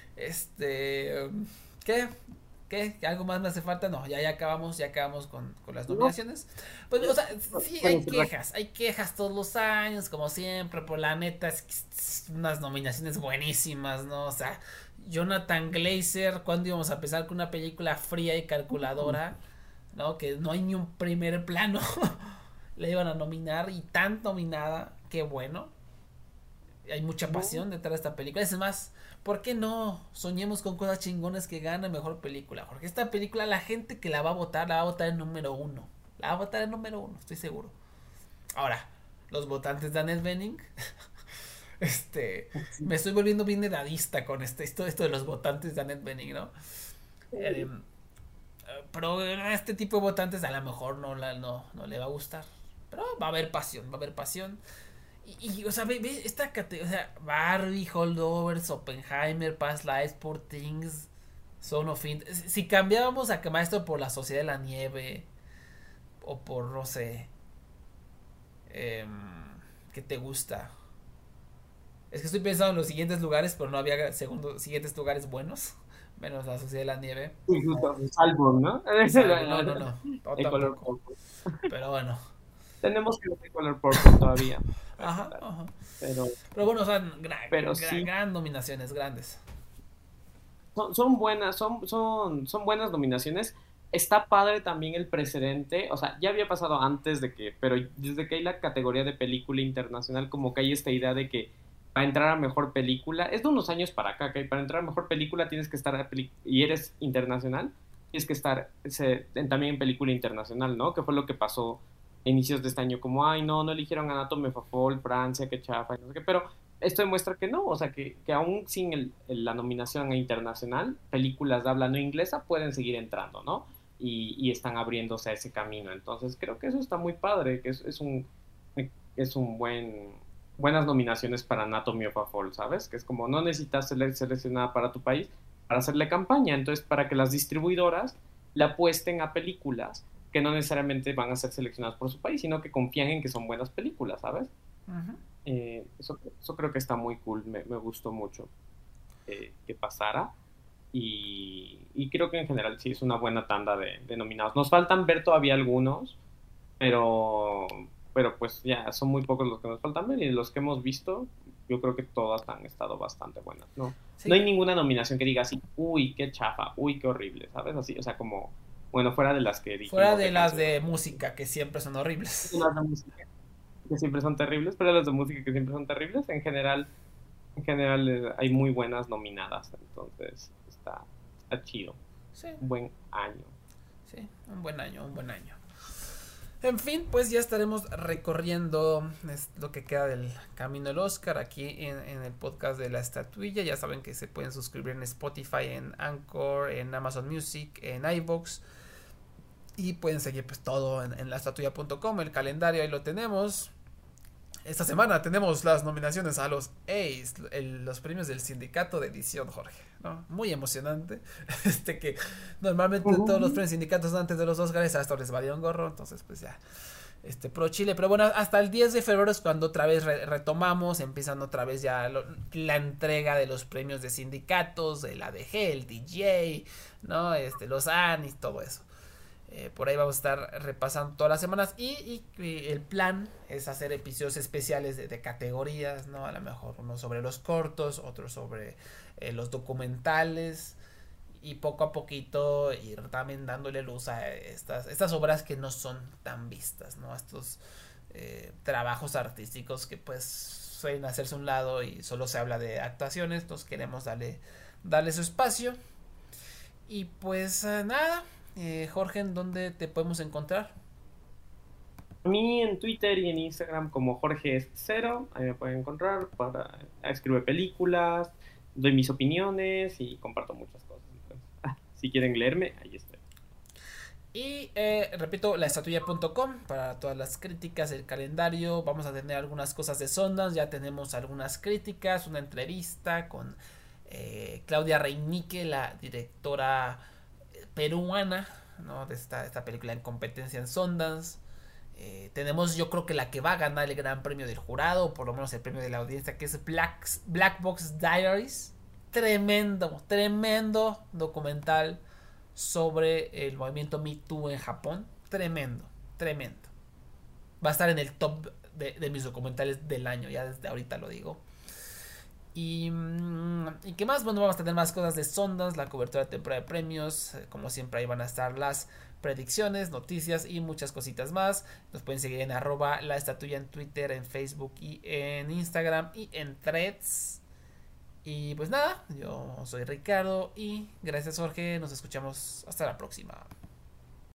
¿Qué? ¿Algo más me hace falta? No, ya acabamos con las nominaciones. Pues, o sea, sí, hay quejas todos los años, como siempre, pero la neta es que unas nominaciones buenísimas, ¿no? O sea, Jonathan Glazer, ¿cuándo íbamos a empezar con una película fría y calculadora? ¿No? Que no hay ni un primer plano. Le iban a nominar y tan nominada, qué bueno. Hay mucha pasión detrás de esta película. Es más, ¿por qué no soñemos con cosas chingones que ganen mejor película? Porque esta película, la gente que la va a votar en número 1. La va a votar en número 1, estoy seguro. Ahora, los votantes de Annette Bening. Me estoy volviendo bien edadista con esto de los votantes de Annette Bening, ¿no? Pero este tipo de votantes a lo mejor no le va a gustar. Pero va a haber pasión. Y o sea, ve esta categoría, o sea, Barbie, Holdovers, Oppenheimer, Past Lives, Poor Things, Son of Interest. Si cambiábamos a Maestro por La Sociedad de la Nieve, o por, no sé, ¿qué te gusta? Es que estoy pensando en los siguientes lugares, pero no había siguientes lugares buenos, menos La Sociedad de la Nieve. Álbum, ¿no? No, el color purple. Pero bueno. Tenemos que ver el color purple todavía. Ajá. Pero bueno, o sea, gran nominaciones, grandes. Son buenas nominaciones. Está padre también el precedente, o sea, ya había pasado antes pero desde que hay la categoría de película internacional, como que hay esta idea de que para entrar a mejor película, es de unos años para acá, que para entrar a mejor película tienes que estar, y eres internacional, tienes que estar también en película internacional, ¿no? Que fue lo que pasó a inicios de este año, como, ay, no eligieron Anatomy of a Fall, Francia, qué chafa, y no sé qué, pero esto demuestra que no, o sea, que aún sin la nominación a internacional, películas de habla no inglesa pueden seguir entrando, ¿no? Y están abriéndose a ese camino, entonces creo que eso está muy padre, que es un buenas nominaciones para Anatomy of a Fall, ¿sabes? Que es como no necesitas ser seleccionada para tu país para hacerle campaña, entonces para que las distribuidoras le apuesten a películas que no necesariamente van a ser seleccionadas por su país, sino que confían en que son buenas películas, ¿sabes? Ujú. Eso creo que está muy cool, me gustó mucho que pasara y creo que en general sí es una buena tanda de nominados. Nos faltan ver todavía algunos, pero pues ya son muy pocos los que nos faltan ver y los que hemos visto yo creo que todas han estado bastante buenas, ¿no? Sí. No hay ninguna nominación que diga así, uy, qué chafa, uy, qué horrible, ¿sabes? Así, o sea, como, bueno, fuera de las que dijimos. Fuera de las de música, que siempre son horribles. Las de música, que siempre son terribles, pero las de música que siempre son terribles, en general hay muy buenas nominadas, entonces está chido. Sí, Un buen año. sí, un buen año. En fin, pues ya estaremos recorriendo lo que queda del camino del Oscar aquí en el podcast de La Estatuilla. Ya saben que se pueden suscribir en Spotify, en Anchor, en Amazon Music, en iVoox. Y pueden seguir pues todo en laestatuilla.com, el calendario ahí lo tenemos. Esta semana tenemos las nominaciones a los A's, los premios del sindicato de edición, Jorge, ¿no? Muy emocionante. Que normalmente todos los premios sindicatos antes de los Oscars hasta les valía un gorro, entonces pues ya. Pro Chile, pero bueno, hasta el 10 de febrero es cuando otra vez retomamos, empiezan otra vez ya la entrega de los premios de sindicatos, el ADG, el DJ, ¿no? Los ANIS, todo eso. Por ahí vamos a estar repasando todas las semanas y el plan es hacer episodios especiales de categorías, ¿no? A lo mejor uno sobre los cortos, otro sobre los documentales y poco a poquito ir también dándole luz a estas obras que no son tan vistas, ¿no? Estos trabajos artísticos que pues suelen hacerse a un lado y solo se habla de actuaciones, entonces queremos darle su espacio y pues nada. Jorge, ¿en dónde te podemos encontrar? A mí en Twitter y en Instagram como Jorge0, ahí me pueden encontrar para escribir películas, doy mis opiniones y comparto muchas cosas. Entonces, si quieren leerme, ahí estoy. Y repito, laestatuilla.com para todas las críticas, el calendario. Vamos a tener algunas cosas de Sundance, ya tenemos algunas críticas, una entrevista con Claudia Reinique, la directora peruana, ¿no? De esta película en competencia en Sundance. Tenemos, yo creo que la que va a ganar el gran premio del jurado, o por lo menos el premio de la audiencia, que es Black Box Diaries. Tremendo documental sobre el movimiento Me Too en Japón. Tremendo. Va a estar en el top de mis documentales del año, ya desde ahorita lo digo. ¿Y qué más? Bueno, vamos a tener más cosas de Sundance, la cobertura de temporada de premios. Como siempre, ahí van a estar las predicciones, noticias y muchas cositas más. Nos pueden seguir en @laestatuilla en Twitter, en Facebook y en Instagram y en Threads. Y pues nada, yo soy Ricardo y gracias Jorge, nos escuchamos hasta la próxima.